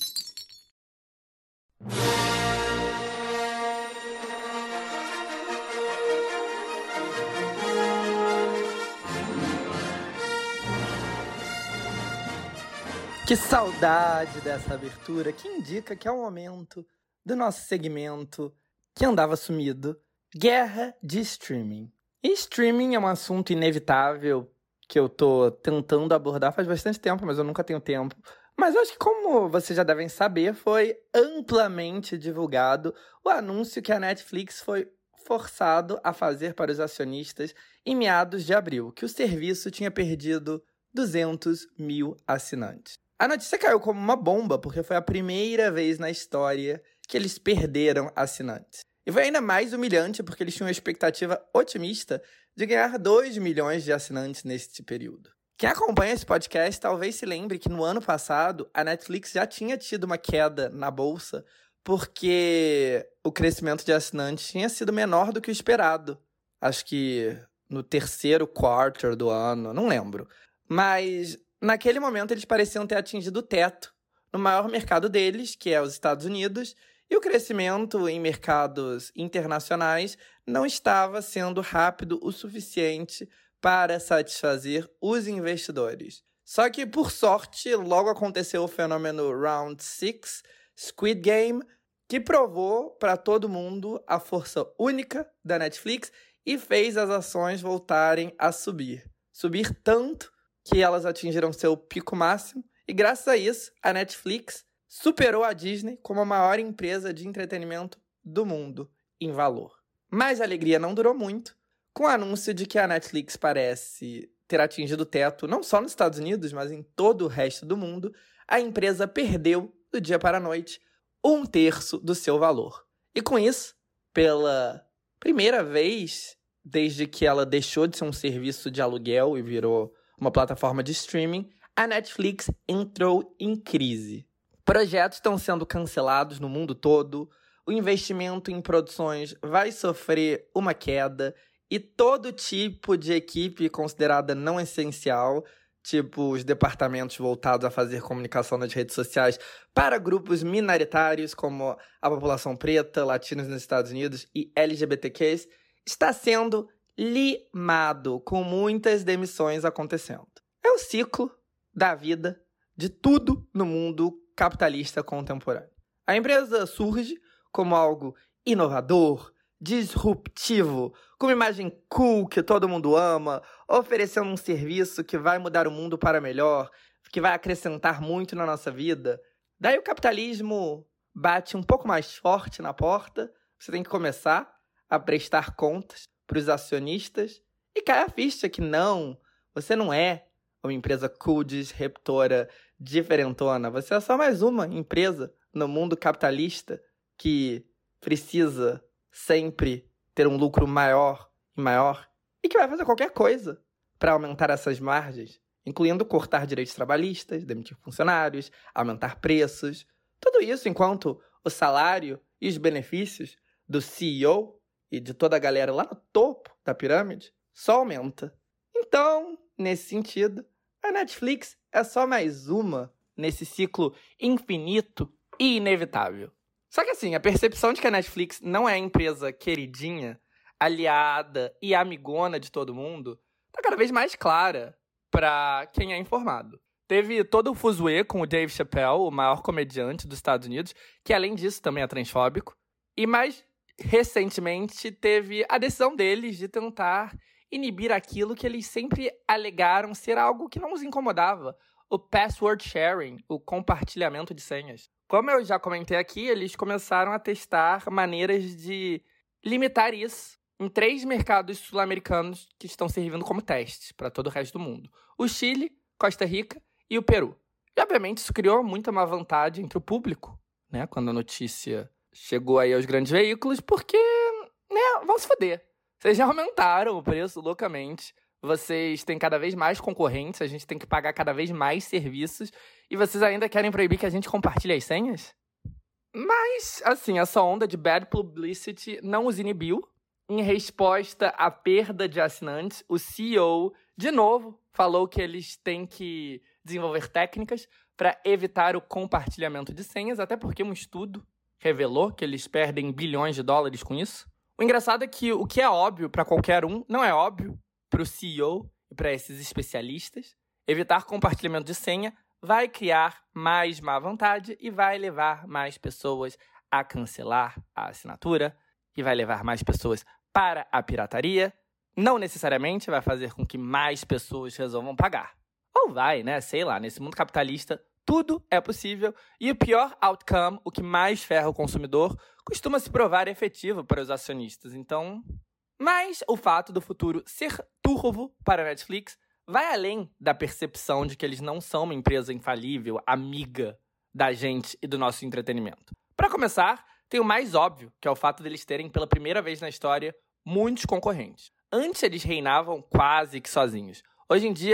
Que saudade dessa abertura, que indica que é o momento do nosso segmento que andava sumido, guerra de streaming. E streaming é um assunto inevitável que eu tô tentando abordar faz bastante tempo, mas eu nunca tenho tempo. Mas eu acho que, como vocês já devem saber, foi amplamente divulgado o anúncio que a Netflix foi forçado a fazer para os acionistas em meados de abril, que o serviço tinha perdido 200 mil assinantes. A notícia caiu como uma bomba, porque foi a primeira vez na história que eles perderam assinantes. E foi ainda mais humilhante, porque eles tinham uma expectativa otimista de ganhar 2 milhões de assinantes neste período. Quem acompanha esse podcast talvez se lembre que no ano passado a Netflix já tinha tido uma queda na bolsa porque o crescimento de assinantes tinha sido menor do que o esperado. Acho que no terceiro quarter do ano, não lembro. Mas naquele momento eles pareciam ter atingido o teto no maior mercado deles, que é os Estados Unidos, e o crescimento em mercados internacionais não estava sendo rápido o suficiente para satisfazer os investidores. Só que, por sorte, logo aconteceu o fenômeno Round 6, Squid Game, que provou para todo mundo a força única da Netflix e fez as ações voltarem a subir. Subir tanto que elas atingiram seu pico máximo e, graças a isso, a Netflix superou a Disney como a maior empresa de entretenimento do mundo em valor. Mas a alegria não durou muito, com o anúncio de que a Netflix parece ter atingido o teto não só nos Estados Unidos, mas em todo o resto do mundo. A empresa perdeu, do dia para a noite, 1/3 do seu valor. E com isso, pela primeira vez desde que ela deixou de ser um serviço de aluguel e virou uma plataforma de streaming, a Netflix entrou em crise. Projetos estão sendo cancelados no mundo todo, o investimento em produções vai sofrer uma queda e todo tipo de equipe considerada não essencial, tipo os departamentos voltados a fazer comunicação nas redes sociais para grupos minoritários como a população preta, latinos nos Estados Unidos e LGBTQs, está sendo limado, com muitas demissões acontecendo. É o ciclo da vida de tudo no mundo capitalista contemporâneo. A empresa surge como algo inovador, disruptivo, com uma imagem cool que todo mundo ama, oferecendo um serviço que vai mudar o mundo para melhor, que vai acrescentar muito na nossa vida. Daí o capitalismo bate um pouco mais forte na porta, você tem que começar a prestar contas para os acionistas e cai a ficha que não, você não é uma empresa cool, disruptora, diferentona, você é só mais uma empresa no mundo capitalista que precisa sempre ter um lucro maior e maior e que vai fazer qualquer coisa para aumentar essas margens, incluindo cortar direitos trabalhistas, demitir funcionários, aumentar preços. Tudo isso enquanto o salário e os benefícios do CEO e de toda a galera lá no topo da pirâmide só aumenta. Então, nesse sentido, a Netflix é só mais uma nesse ciclo infinito e inevitável. Só que assim, a percepção de que a Netflix não é a empresa queridinha, aliada e amigona de todo mundo tá cada vez mais clara para quem é informado. Teve todo o fuzuê com o Dave Chappelle, o maior comediante dos Estados Unidos, que além disso também é transfóbico. E mais recentemente teve a decisão deles de tentar inibir aquilo que eles sempre alegaram ser algo que não os incomodava, o password sharing, o compartilhamento de senhas. Como eu já comentei aqui, eles começaram a testar maneiras de limitar isso em 3 mercados sul-americanos que estão servindo como teste para todo o resto do mundo. O Chile, Costa Rica e o Peru. E, obviamente, isso criou muita má vontade entre o público, né? Quando a notícia chegou aí aos grandes veículos, porque, né, vão se foder. Vocês já aumentaram o preço loucamente. Vocês têm cada vez mais concorrentes, a gente tem que pagar cada vez mais serviços e vocês ainda querem proibir que a gente compartilhe as senhas? Mas, assim, essa onda de bad publicity não os inibiu. Em resposta à perda de assinantes, o CEO, de novo, falou que eles têm que desenvolver técnicas para evitar o compartilhamento de senhas, até porque um estudo revelou que eles perdem bilhões de dólares com isso. O engraçado é que o que é óbvio para qualquer um não é óbvio para o CEO e para esses especialistas. Evitar compartilhamento de senha vai criar mais má vontade e vai levar mais pessoas a cancelar a assinatura e vai levar mais pessoas para a pirataria. Não necessariamente vai fazer com que mais pessoas resolvam pagar. Ou vai, né? Sei lá, nesse mundo capitalista tudo é possível e o pior outcome, o que mais ferra o consumidor, costuma se provar efetivo para os acionistas. Então, mas o fato do futuro ser turvo para a Netflix vai além da percepção de que eles não são uma empresa infalível, amiga da gente e do nosso entretenimento. Para começar, tem o mais óbvio, que é o fato deles terem, pela primeira vez na história, muitos concorrentes. Antes eles reinavam quase que sozinhos. Hoje em dia,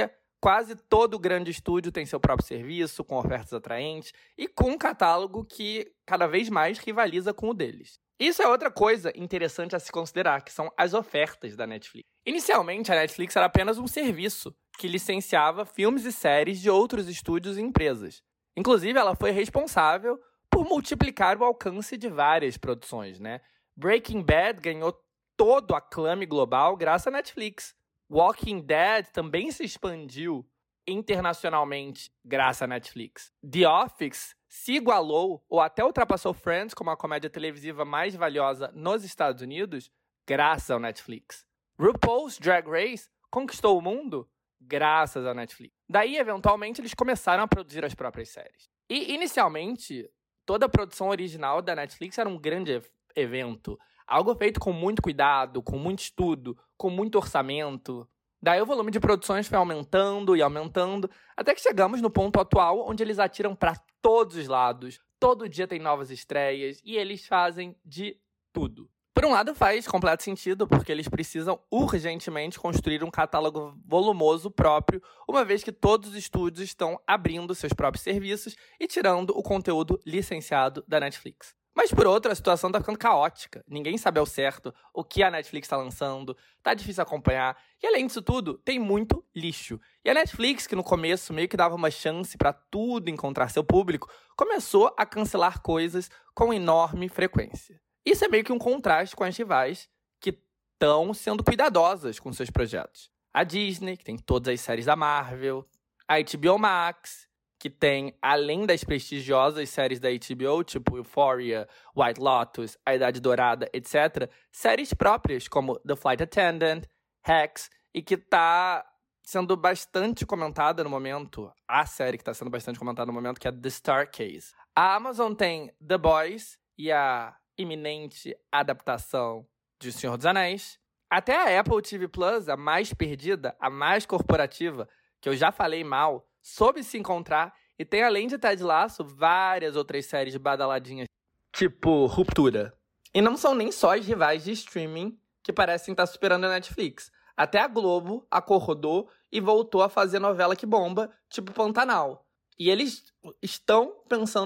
quase todo grande estúdio tem seu próprio serviço, com ofertas atraentes e com um catálogo que cada vez mais rivaliza com o deles. Isso é outra coisa interessante a se considerar, que são as ofertas da Netflix. Inicialmente, a Netflix era apenas um serviço que licenciava filmes e séries de outros estúdios e empresas. Inclusive, ela foi responsável por multiplicar o alcance de várias produções, né? Breaking Bad ganhou todo o aclame global graças à Netflix. Walking Dead também se expandiu internacionalmente graças à Netflix. The Office se igualou ou até ultrapassou Friends como a comédia televisiva mais valiosa nos Estados Unidos graças ao Netflix. RuPaul's Drag Race conquistou o mundo graças à Netflix. Daí, eventualmente, eles começaram a produzir as próprias séries. E, inicialmente, toda a produção original da Netflix era um grande evento. Algo feito com muito cuidado, com muito estudo, com muito orçamento. Daí o volume de produções foi aumentando e aumentando, até que chegamos no ponto atual, onde eles atiram para todos os lados. Todo dia tem novas estreias e eles fazem de tudo. Por um lado, faz completo sentido, porque eles precisam urgentemente construir um catálogo volumoso próprio, uma vez que todos os estúdios estão abrindo seus próprios serviços e tirando o conteúdo licenciado da Netflix. Mas, por outro, a situação tá ficando caótica. Ninguém sabe ao certo o que a Netflix tá lançando, tá difícil acompanhar. E, além disso tudo, tem muito lixo. E a Netflix, que no começo meio que dava uma chance pra tudo encontrar seu público, começou a cancelar coisas com enorme frequência. Isso é meio que um contraste com as rivais, que estão sendo cuidadosas com seus projetos. A Disney, que tem todas as séries da Marvel, a HBO Max, que tem, além das prestigiosas séries da HBO, tipo Euphoria, White Lotus, A Idade Dourada, etc., séries próprias como The Flight Attendant, Hacks, e que tá sendo bastante comentada no momento, a série que tá sendo bastante comentada no momento, que é The Star Case. A Amazon tem The Boys e a iminente adaptação de O Senhor dos Anéis. Até a Apple TV Plus, a mais perdida, a mais corporativa, que eu já falei mal, soube se encontrar e tem, além de Ted Lasso, várias outras séries badaladinhas, tipo Ruptura. E não são nem só as rivais de streaming que parecem estar superando a Netflix. Até a Globo acordou e voltou a fazer novela que bomba, tipo Pantanal. E eles estão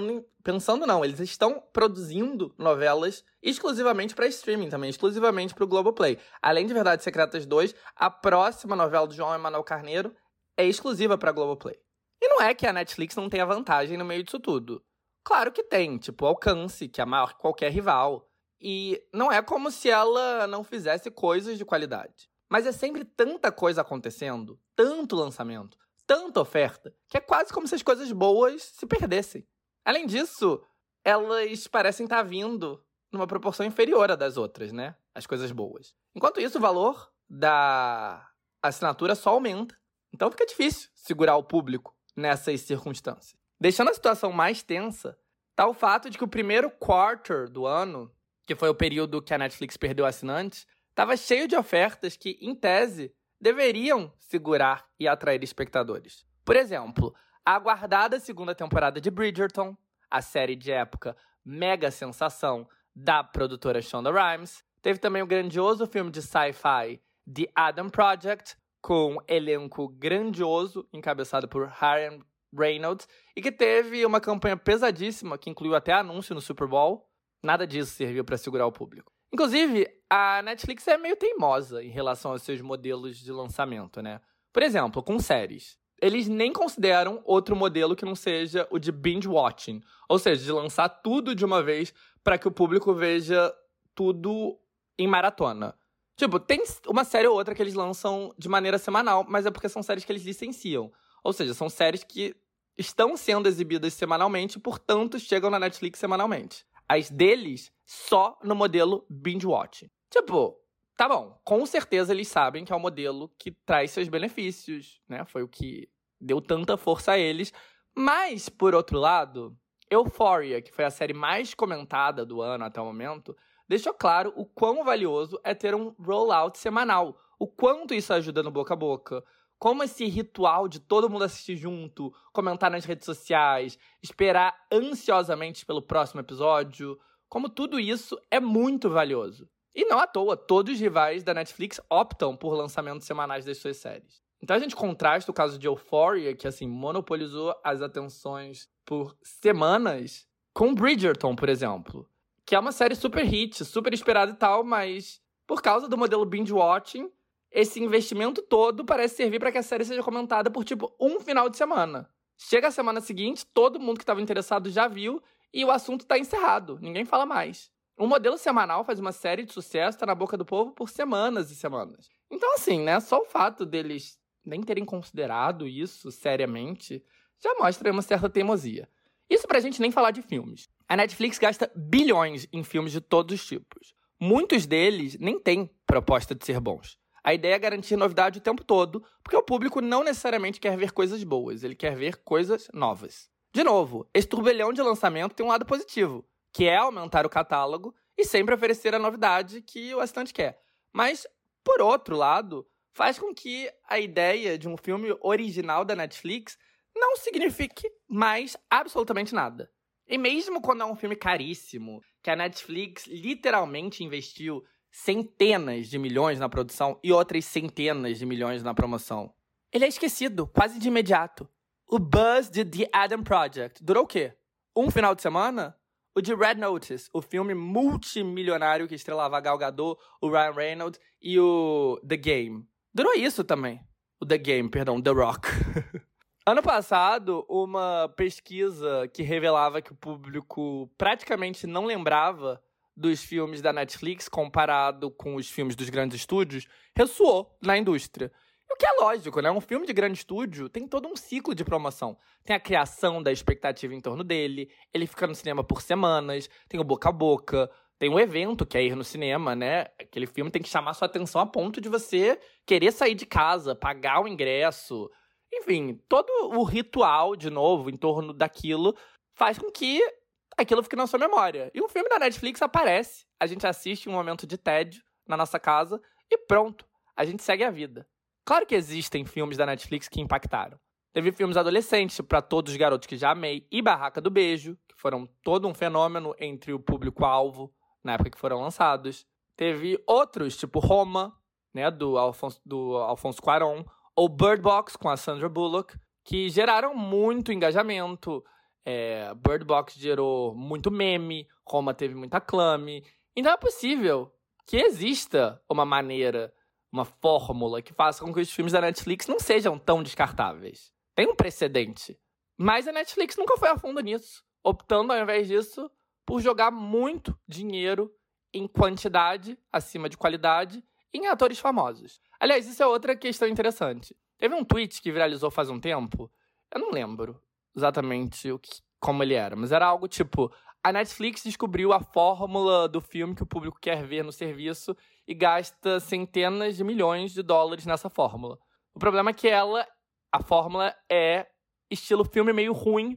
eles estão produzindo novelas exclusivamente para streaming também, exclusivamente para o Globoplay. Além de Verdades Secretas 2, a próxima novela do João Emanuel Carneiro é exclusiva para Globoplay. E não é que a Netflix não tenha vantagem no meio disso tudo. Claro que tem, tipo alcance, que é maior que qualquer rival. E não é como se ela não fizesse coisas de qualidade. Mas é sempre tanta coisa acontecendo, tanto lançamento, tanta oferta, que é quase como se as coisas boas se perdessem. Além disso, elas parecem estar vindo numa proporção inferior à das outras, né? As coisas boas. Enquanto isso, o valor da assinatura só aumenta. Então fica difícil segurar o público nessas circunstâncias. Deixando a situação mais tensa, tá o fato de que o primeiro quarter do ano, que foi o período que a Netflix perdeu assinantes, estava cheio de ofertas que, em tese, deveriam segurar e atrair espectadores. Por exemplo, a aguardada segunda temporada de Bridgerton, a série de época mega sensação da produtora Shonda Rhimes. Teve também o grandioso filme de sci-fi The Adam Project, com um elenco grandioso, encabeçado por Ryan Reynolds, e que teve uma campanha pesadíssima, que incluiu até anúncio no Super Bowl. Nada disso serviu para segurar o público. Inclusive, a Netflix é meio teimosa em relação aos seus modelos de lançamento, né? Por exemplo, com séries. Eles nem consideram outro modelo que não seja o de binge-watching. Ou seja, de lançar tudo de uma vez para que o público veja tudo em maratona. Tipo, tem uma série ou outra que eles lançam de maneira semanal, mas é porque são séries que eles licenciam. Ou seja, são séries que estão sendo exibidas semanalmente e, portanto, chegam na Netflix semanalmente. As deles, só no modelo binge-watching. Tipo, tá bom, com certeza eles sabem que é um modelo que traz seus benefícios, né? Foi o que deu tanta força a eles. Mas, por outro lado, Euphoria, que foi a série mais comentada do ano até o momento, deixou claro o quão valioso é ter um rollout semanal. O quanto isso ajuda no boca a boca. Como esse ritual de todo mundo assistir junto, comentar nas redes sociais, esperar ansiosamente pelo próximo episódio, como tudo isso é muito valioso. E não à toa, todos os rivais da Netflix optam por lançamentos semanais das suas séries. Então a gente contrasta o caso de Euphoria, que assim, monopolizou as atenções por semanas, com Bridgerton, por exemplo. Que é uma série super hit, super esperada e tal, mas por causa do modelo binge-watching, esse investimento todo parece servir para que a série seja comentada por, tipo, um final de semana. Chega a semana seguinte, todo mundo que estava interessado já viu e o assunto tá encerrado, ninguém fala mais. Um modelo semanal faz uma série de sucesso, tá na boca do povo por semanas e semanas. Então, assim, né, só o fato deles nem terem considerado isso seriamente já mostra uma certa teimosia. Isso pra gente nem falar de filmes. A Netflix gasta bilhões em filmes de todos os tipos. Muitos deles nem têm proposta de ser bons. A ideia é garantir novidade o tempo todo, porque o público não necessariamente quer ver coisas boas, ele quer ver coisas novas. De novo, esse turbilhão de lançamento tem um lado positivo, que é aumentar o catálogo e sempre oferecer a novidade que o assinante quer. Mas, por outro lado, faz com que a ideia de um filme original da Netflix não signifique mais absolutamente nada. E mesmo quando é um filme caríssimo, que a Netflix literalmente investiu centenas de milhões na produção e outras centenas de milhões na promoção, ele é esquecido quase de imediato. O buzz de The Adam Project durou o quê? Um final de semana? O de Red Notice, o filme multimilionário que estrelava a Gal Gadot, o Ryan Reynolds e o The Game. Durou isso também. The Rock. Ano passado, uma pesquisa que revelava que o público praticamente não lembrava dos filmes da Netflix comparado com os filmes dos grandes estúdios ressoou na indústria. O que é lógico, né? Um filme de grande estúdio tem todo um ciclo de promoção. Tem a criação da expectativa em torno dele, ele fica no cinema por semanas, tem o boca a boca, tem o evento que é ir no cinema, né? Aquele filme tem que chamar sua atenção a ponto de você querer sair de casa, pagar o ingresso. Enfim, todo o ritual, de novo, em torno daquilo, faz com que aquilo fique na sua memória. E um filme da Netflix aparece, a gente assiste um momento de tédio na nossa casa e pronto, a gente segue a vida. Claro que existem filmes da Netflix que impactaram. Teve filmes adolescentes, Pra Todos os Garotos que Já Amei e Barraca do Beijo, que foram todo um fenômeno entre o público-alvo na época que foram lançados. Teve outros, tipo Roma, né, do Alfonso Cuarón, ou Bird Box, com a Sandra Bullock, que geraram muito engajamento. Bird Box gerou muito meme, Roma teve muito aclame. Então é possível que exista uma maneira, uma fórmula que faça com que os filmes da Netflix não sejam tão descartáveis. Tem um precedente. Mas a Netflix nunca foi a fundo nisso, optando, ao invés disso, por jogar muito dinheiro em quantidade acima de qualidade em atores famosos. Aliás, isso é outra questão interessante. Teve um tweet que viralizou faz um tempo, eu não lembro exatamente como ele era, mas era algo tipo: a Netflix descobriu a fórmula do filme que o público quer ver no serviço e gasta centenas de milhões de dólares nessa fórmula. O problema é que a fórmula é estilo filme meio ruim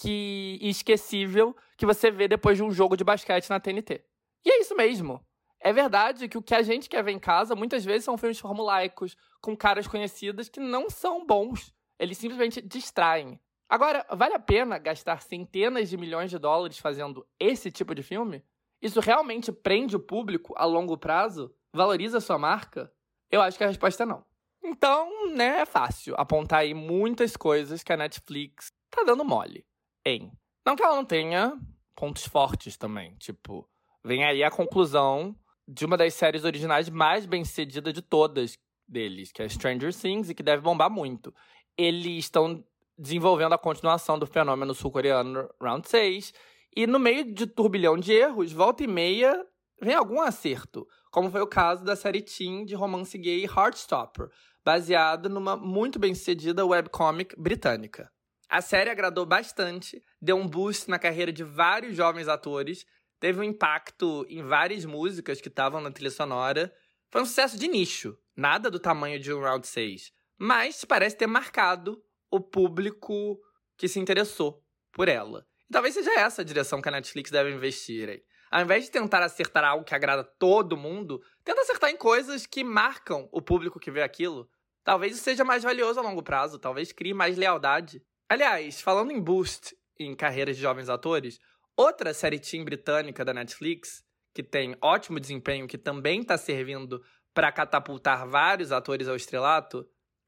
e esquecível que você vê depois de um jogo de basquete na TNT. E é isso mesmo. É verdade que o que a gente quer ver em casa muitas vezes são filmes formulaicos, com caras conhecidas que não são bons. Eles simplesmente distraem. Agora, vale a pena gastar centenas de milhões de dólares fazendo esse tipo de filme? Isso realmente prende o público a longo prazo? Valoriza a sua marca? Eu acho que a resposta é não. Então, né, é fácil apontar aí muitas coisas que a Netflix tá dando mole em. Não que ela não tenha pontos fortes também. Tipo, vem aí a conclusão de uma das séries originais mais bem-sucedidas de todas deles, que é Stranger Things, e que deve bombar muito. Eles estão desenvolvendo a continuação do fenômeno sul-coreano Round 6, e no meio de turbilhão de erros, volta e meia, vem algum acerto, como foi o caso da série teen de romance gay Heartstopper, baseada numa muito bem-sucedida webcomic britânica. A série agradou bastante, deu um boost na carreira de vários jovens atores, teve um impacto em várias músicas que estavam na trilha sonora. Foi um sucesso de nicho, nada do tamanho de um Round 6, mas parece ter marcado o público que se interessou por ela. E talvez seja essa a direção que a Netflix deve investir aí. Ao invés de tentar acertar algo que agrada todo mundo, tenta acertar em coisas que marcam o público que vê aquilo. Talvez isso seja mais valioso a longo prazo, talvez crie mais lealdade. Aliás, falando em boost em carreiras de jovens atores, outra série teen britânica da Netflix, que tem ótimo desempenho, que também está servindo para catapultar vários atores ao estrelato,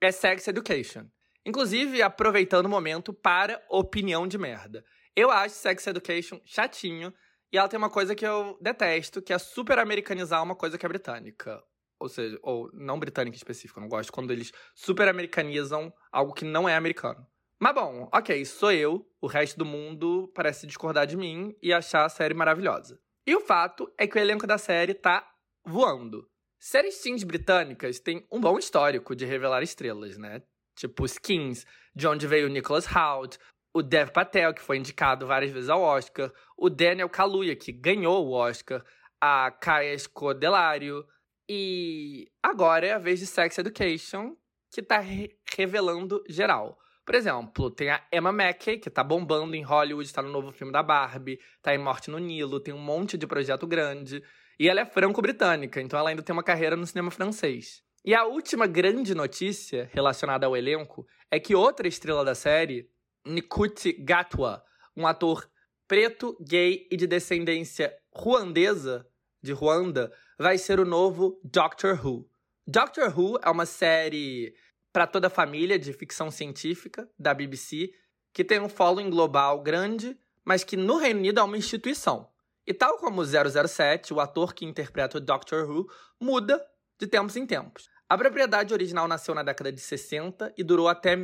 é Sex Education. Inclusive, aproveitando o momento para opinião de merda. Eu acho Sex Education chatinho e ela tem uma coisa que eu detesto, que é super americanizar uma coisa que é britânica. Ou seja, ou não britânica em específico, eu não gosto quando eles super americanizam algo que não é americano. Mas bom, ok, sou eu, o resto do mundo parece discordar de mim e achar a série maravilhosa. E o fato é que o elenco da série tá voando. Séries teens britânicas têm um bom histórico de revelar estrelas, né? Tipo Skins, de onde veio o Nicholas Hoult, o Dev Patel, que foi indicado várias vezes ao Oscar, o Daniel Kaluuya, que ganhou o Oscar, a Kaya Scodelario, e agora é a vez de Sex Education, que tá revelando geral. Por exemplo, tem a Emma Mackey, que tá bombando em Hollywood, tá no novo filme da Barbie, tá em Morte no Nilo, tem um monte de projeto grande. E ela é franco-britânica, então ela ainda tem uma carreira no cinema francês. E a última grande notícia relacionada ao elenco é que outra estrela da série, Nkuti Gatwa, um ator preto, gay e de descendência ruandesa, de Ruanda, vai ser o novo Doctor Who. Doctor Who é uma série para toda a família de ficção científica da BBC, que tem um following global grande, mas que no Reino Unido é uma instituição. E tal como o 007, o ator que interpreta o Doctor Who muda de tempos em tempos. A propriedade original nasceu na década de 60 e durou até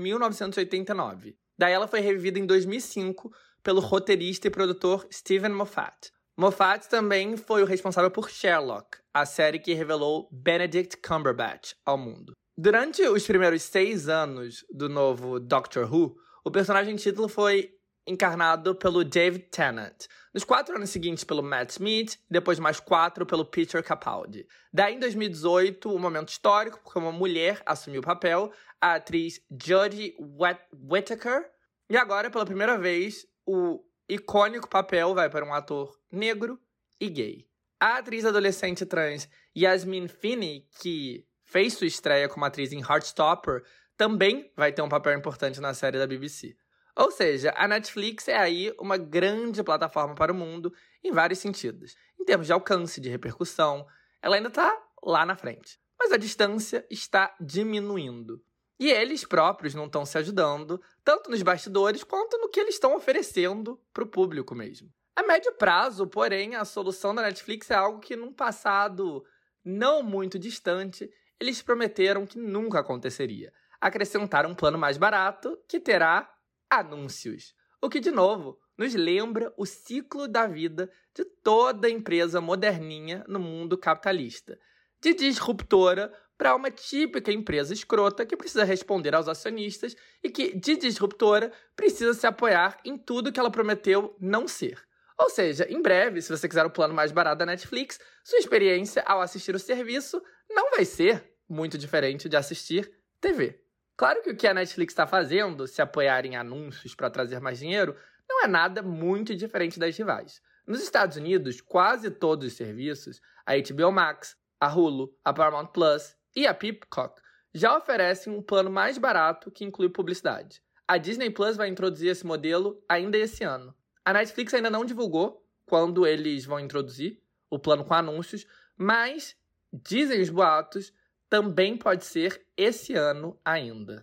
1989. Daí ela foi revivida em 2005 pelo roteirista e produtor Steven Moffat. Moffat também foi o responsável por Sherlock, a série que revelou Benedict Cumberbatch ao mundo. Durante os primeiros 6 anos do novo Doctor Who, o personagem título foi encarnado pelo David Tennant. Nos 4 anos seguintes pelo Matt Smith, depois mais 4 pelo Peter Capaldi. Daí, em 2018, um momento histórico, porque uma mulher assumiu o papel, a atriz Jodie Whittaker. E agora, pela primeira vez, o icônico papel vai para um ator negro e gay. A atriz adolescente trans Yasmin Finney, que fez sua estreia como atriz em Heartstopper, também vai ter um papel importante na série da BBC. Ou seja, a Netflix é aí uma grande plataforma para o mundo em vários sentidos. Em termos de alcance, de repercussão, ela ainda está lá na frente. Mas a distância está diminuindo. E eles próprios não estão se ajudando, tanto nos bastidores quanto no que eles estão oferecendo para o público mesmo. A médio prazo, porém, a solução da Netflix é algo que num passado não muito distante, eles prometeram que nunca aconteceria. Acrescentar um plano mais barato que terá anúncios. O que, de novo, nos lembra o ciclo da vida de toda empresa moderninha no mundo capitalista. De disruptora para uma típica empresa escrota que precisa responder aos acionistas e que, de disruptora, precisa se apoiar em tudo que ela prometeu não ser. Ou seja, em breve, se você quiser o plano mais barato da Netflix, sua experiência ao assistir o serviço não vai ser muito diferente de assistir TV. Claro que o que a Netflix está fazendo, se apoiar em anúncios para trazer mais dinheiro, não é nada muito diferente das rivais. Nos Estados Unidos, quase todos os serviços, a HBO Max, a Hulu, a Paramount Plus e a Peacock, já oferecem um plano mais barato que inclui publicidade. A Disney Plus vai introduzir esse modelo ainda esse ano. A Netflix ainda não divulgou quando eles vão introduzir o plano com anúncios, mas dizem os boatos, também pode ser esse ano ainda.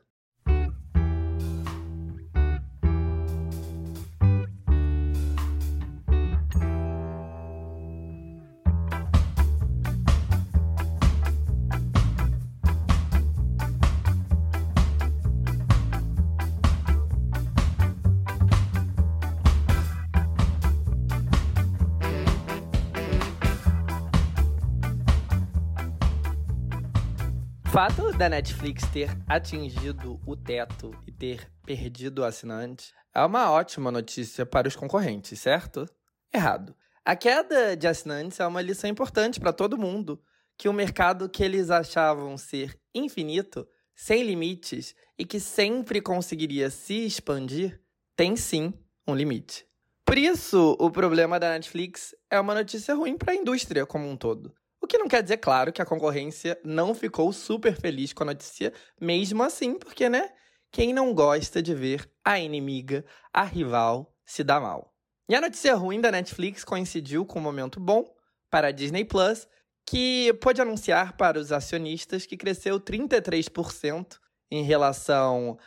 O fato da Netflix ter atingido o teto e ter perdido o assinante é uma ótima notícia para os concorrentes, certo? Errado. A queda de assinantes é uma lição importante para todo mundo, que o mercado que eles achavam ser infinito, sem limites e que sempre conseguiria se expandir, tem sim um limite. Por isso, o problema da Netflix é uma notícia ruim para a indústria como um todo. O que não quer dizer, claro, que a concorrência não ficou super feliz com a notícia, mesmo assim, porque, né? Quem não gosta de ver a inimiga, a rival, se dar mal? E a notícia ruim da Netflix coincidiu com um momento bom para a Disney Plus, que pôde anunciar para os acionistas que cresceu 33% em relação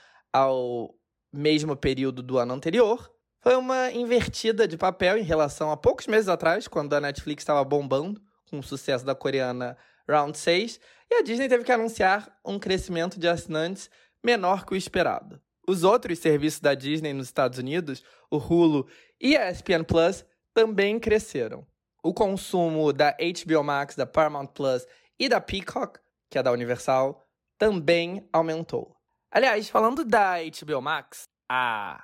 ao mesmo período do ano anterior. Foi uma invertida de papel em relação a poucos meses atrás, quando a Netflix estava bombando com o sucesso da coreana Round 6, e a Disney teve que anunciar um crescimento de assinantes menor que o esperado. Os outros serviços da Disney nos Estados Unidos, o Hulu e a ESPN Plus, também cresceram. O consumo da HBO Max, da Paramount Plus e da Peacock, que é da Universal, também aumentou. Aliás, falando da HBO Max, a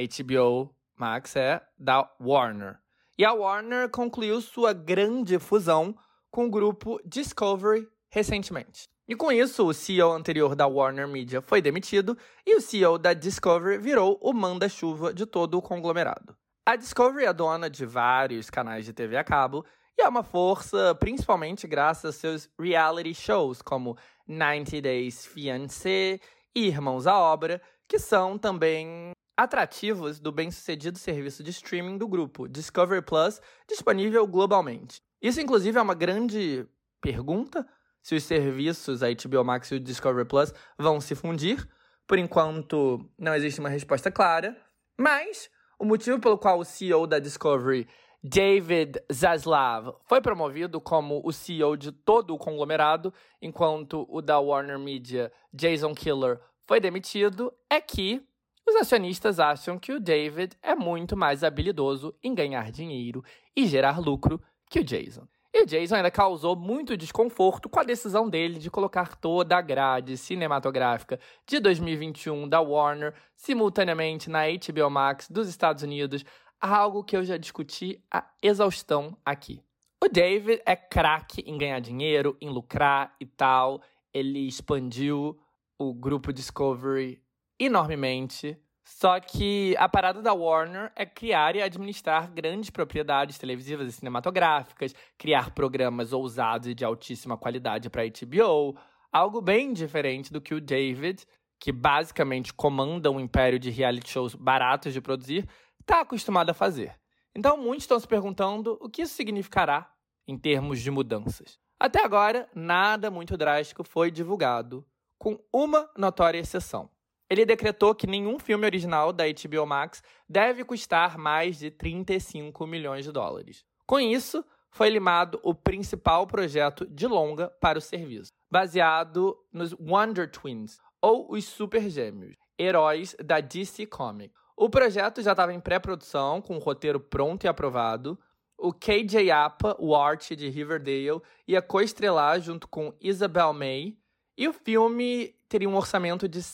HBO Max é da Warner. E a Warner concluiu sua grande fusão com o grupo Discovery recentemente. E com isso, o CEO anterior da Warner Media foi demitido e o CEO da Discovery virou o manda-chuva de todo o conglomerado. A Discovery é dona de vários canais de TV a cabo e é uma força principalmente graças a seus reality shows como 90 Days Fiancé e Irmãos à Obra, que são também atrativos do bem-sucedido serviço de streaming do grupo, Discovery Plus, disponível globalmente. Isso, inclusive, é uma grande pergunta, se os serviços, a HBO Max e o Discovery Plus, vão se fundir. Por enquanto, não existe uma resposta clara, mas o motivo pelo qual o CEO da Discovery, David Zaslav, foi promovido como o CEO de todo o conglomerado, enquanto o da Warner Media, Jason Kilar, foi demitido, é que os acionistas acham que o David é muito mais habilidoso em ganhar dinheiro e gerar lucro que o Jason. E o Jason ainda causou muito desconforto com a decisão dele de colocar toda a grade cinematográfica de 2021 da Warner simultaneamente na HBO Max dos Estados Unidos, algo que eu já discuti a exaustão aqui. O David é craque em ganhar dinheiro, em lucrar e tal. Ele expandiu o grupo Discovery enormemente. Só que a parada da Warner é criar e administrar grandes propriedades televisivas e cinematográficas, criar programas ousados e de altíssima qualidade para a HBO, algo bem diferente do que o David, que basicamente comanda um império de reality shows baratos de produzir, está acostumado a fazer. Então muitos estão se perguntando o que isso significará em termos de mudanças. Até agora, nada muito drástico foi divulgado, com uma notória exceção. Ele decretou que nenhum filme original da HBO Max deve custar mais de 35 milhões de dólares. Com isso, foi limado o principal projeto de longa para o serviço, baseado nos Wonder Twins, ou os Super Gêmeos, heróis da DC Comics. O projeto já estava em pré-produção, com o roteiro pronto e aprovado. O KJ Apa, o Art de Riverdale, ia coestrelar junto com Isabel May, e o filme teria um orçamento de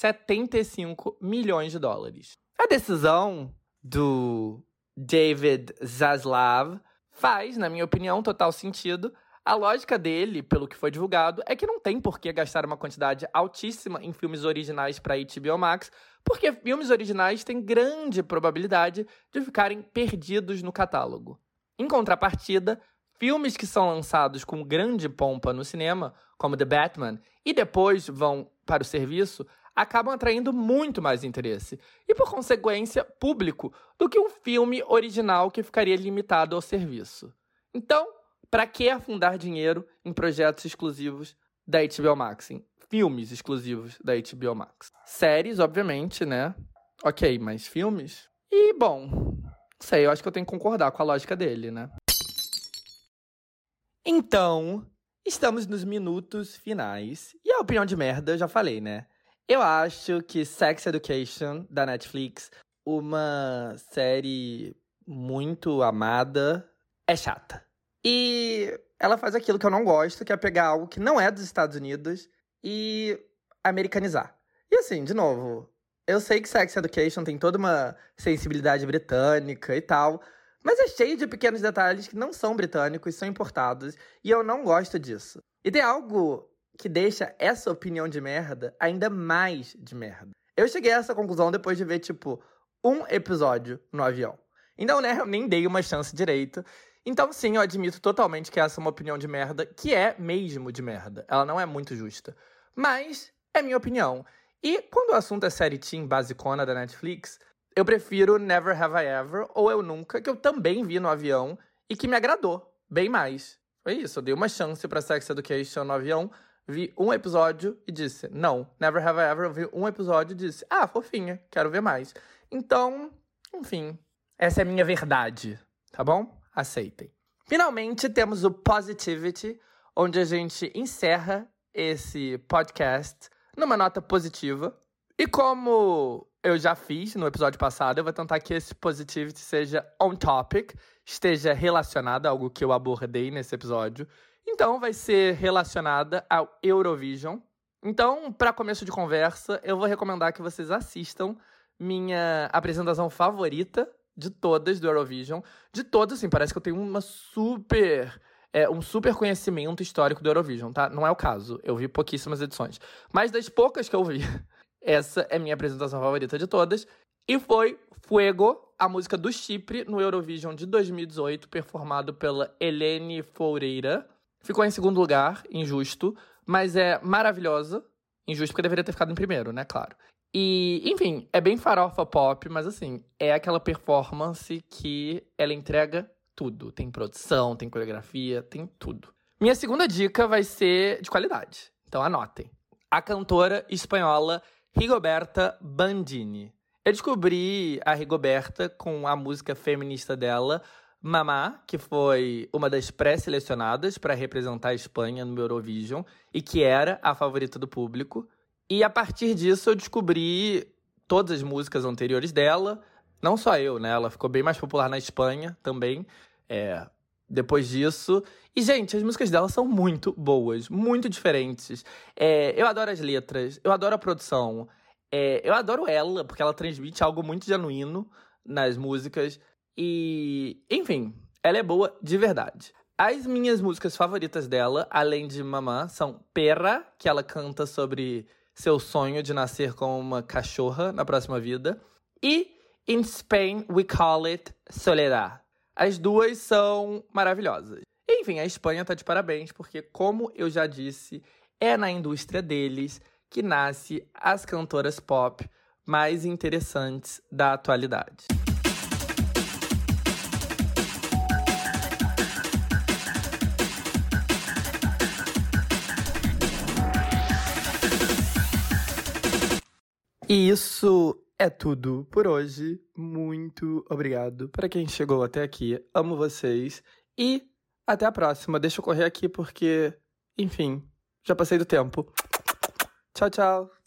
75 milhões de dólares. A decisão do David Zaslav faz, na minha opinião, total sentido. A lógica dele, pelo que foi divulgado, é que não tem por que gastar uma quantidade altíssima em filmes originais para a HBO Max, porque filmes originais têm grande probabilidade de ficarem perdidos no catálogo. Em contrapartida, filmes que são lançados com grande pompa no cinema, como The Batman, e depois vão para o serviço, acabam atraindo muito mais interesse e, por consequência, público, do que um filme original que ficaria limitado ao serviço. Então, para que afundar dinheiro em projetos exclusivos da HBO Max, em filmes exclusivos da HBO Max? Séries, obviamente, né? Ok, mas filmes? E, bom, não sei, eu acho que eu tenho que concordar com a lógica dele, né? Então, estamos nos minutos finais. E a opinião de merda, eu já falei, né? Eu acho que Sex Education, da Netflix, uma série muito amada, é chata. E ela faz aquilo que eu não gosto, que é pegar algo que não é dos Estados Unidos e americanizar. E assim, de novo, eu sei que Sex Education tem toda uma sensibilidade britânica e tal, mas é cheio de pequenos detalhes que não são britânicos, são importados, e eu não gosto disso. E tem algo que deixa essa opinião de merda ainda mais de merda. Eu cheguei a essa conclusão depois de ver, um episódio no avião. Então, né, eu nem dei uma chance direito. Então, sim, eu admito totalmente que essa é uma opinião de merda, que é mesmo de merda. Ela não é muito justa. Mas é minha opinião. E quando o assunto é série teen basicona da Netflix, eu prefiro Never Have I Ever ou Eu Nunca, que eu também vi no avião e que me agradou bem mais. Foi isso, eu dei uma chance pra Sex Education no avião, vi um episódio e disse, não. Never Have I Ever, eu vi um episódio e disse, fofinha, quero ver mais. Então, enfim, essa é a minha verdade, tá bom? Aceitem. Finalmente, temos o Positivity, onde a gente encerra esse podcast numa nota positiva. E como eu já fiz no episódio passado, eu vou tentar que esse Positivity seja on topic, esteja relacionado a algo que eu abordei nesse episódio. Então, vai ser relacionada ao Eurovision. Então, para começo de conversa, eu vou recomendar que vocês assistam minha apresentação favorita de todas do Eurovision. De todas, assim, parece que eu tenho um super conhecimento histórico do Eurovision, tá? Não é o caso, eu vi pouquíssimas edições. Mas das poucas que eu vi, essa é minha apresentação favorita de todas. E foi Fuego, a música do Chipre, no Eurovision de 2018, performado pela Eleni Foureira. Ficou em segundo lugar, injusto, mas é maravilhosa. Injusto porque deveria ter ficado em primeiro, né? Claro. E, enfim, é bem farofa pop, mas assim, é aquela performance que ela entrega tudo. Tem produção, tem coreografia, tem tudo. Minha segunda dica vai ser de qualidade, então anotem. A cantora espanhola Rigoberta Bandini. Eu descobri a Rigoberta com a música feminista dela, Mamá, que foi uma das pré-selecionadas para representar a Espanha no Eurovision e que era a favorita do público. E a partir disso eu descobri todas as músicas anteriores dela, não só eu, né? Ela ficou bem mais popular na Espanha também, depois disso. E, gente, as músicas dela são muito boas, muito diferentes. Eu adoro as letras, eu adoro a produção, eu adoro ela, porque ela transmite algo muito genuíno nas músicas. E, enfim, ela é boa de verdade. As minhas músicas favoritas dela, além de Mamá, são Perra, que ela canta sobre seu sonho de nascer como uma cachorra na próxima vida, e In Spain We Call It Soledad. As duas são maravilhosas. Enfim, a Espanha tá de parabéns, porque, como eu já disse, é na indústria deles que nasce as cantoras pop mais interessantes da atualidade. E isso é tudo por hoje. Muito obrigado para quem chegou até aqui. Amo vocês. E até a próxima. Deixa eu correr aqui porque, enfim, já passei do tempo. Tchau, tchau.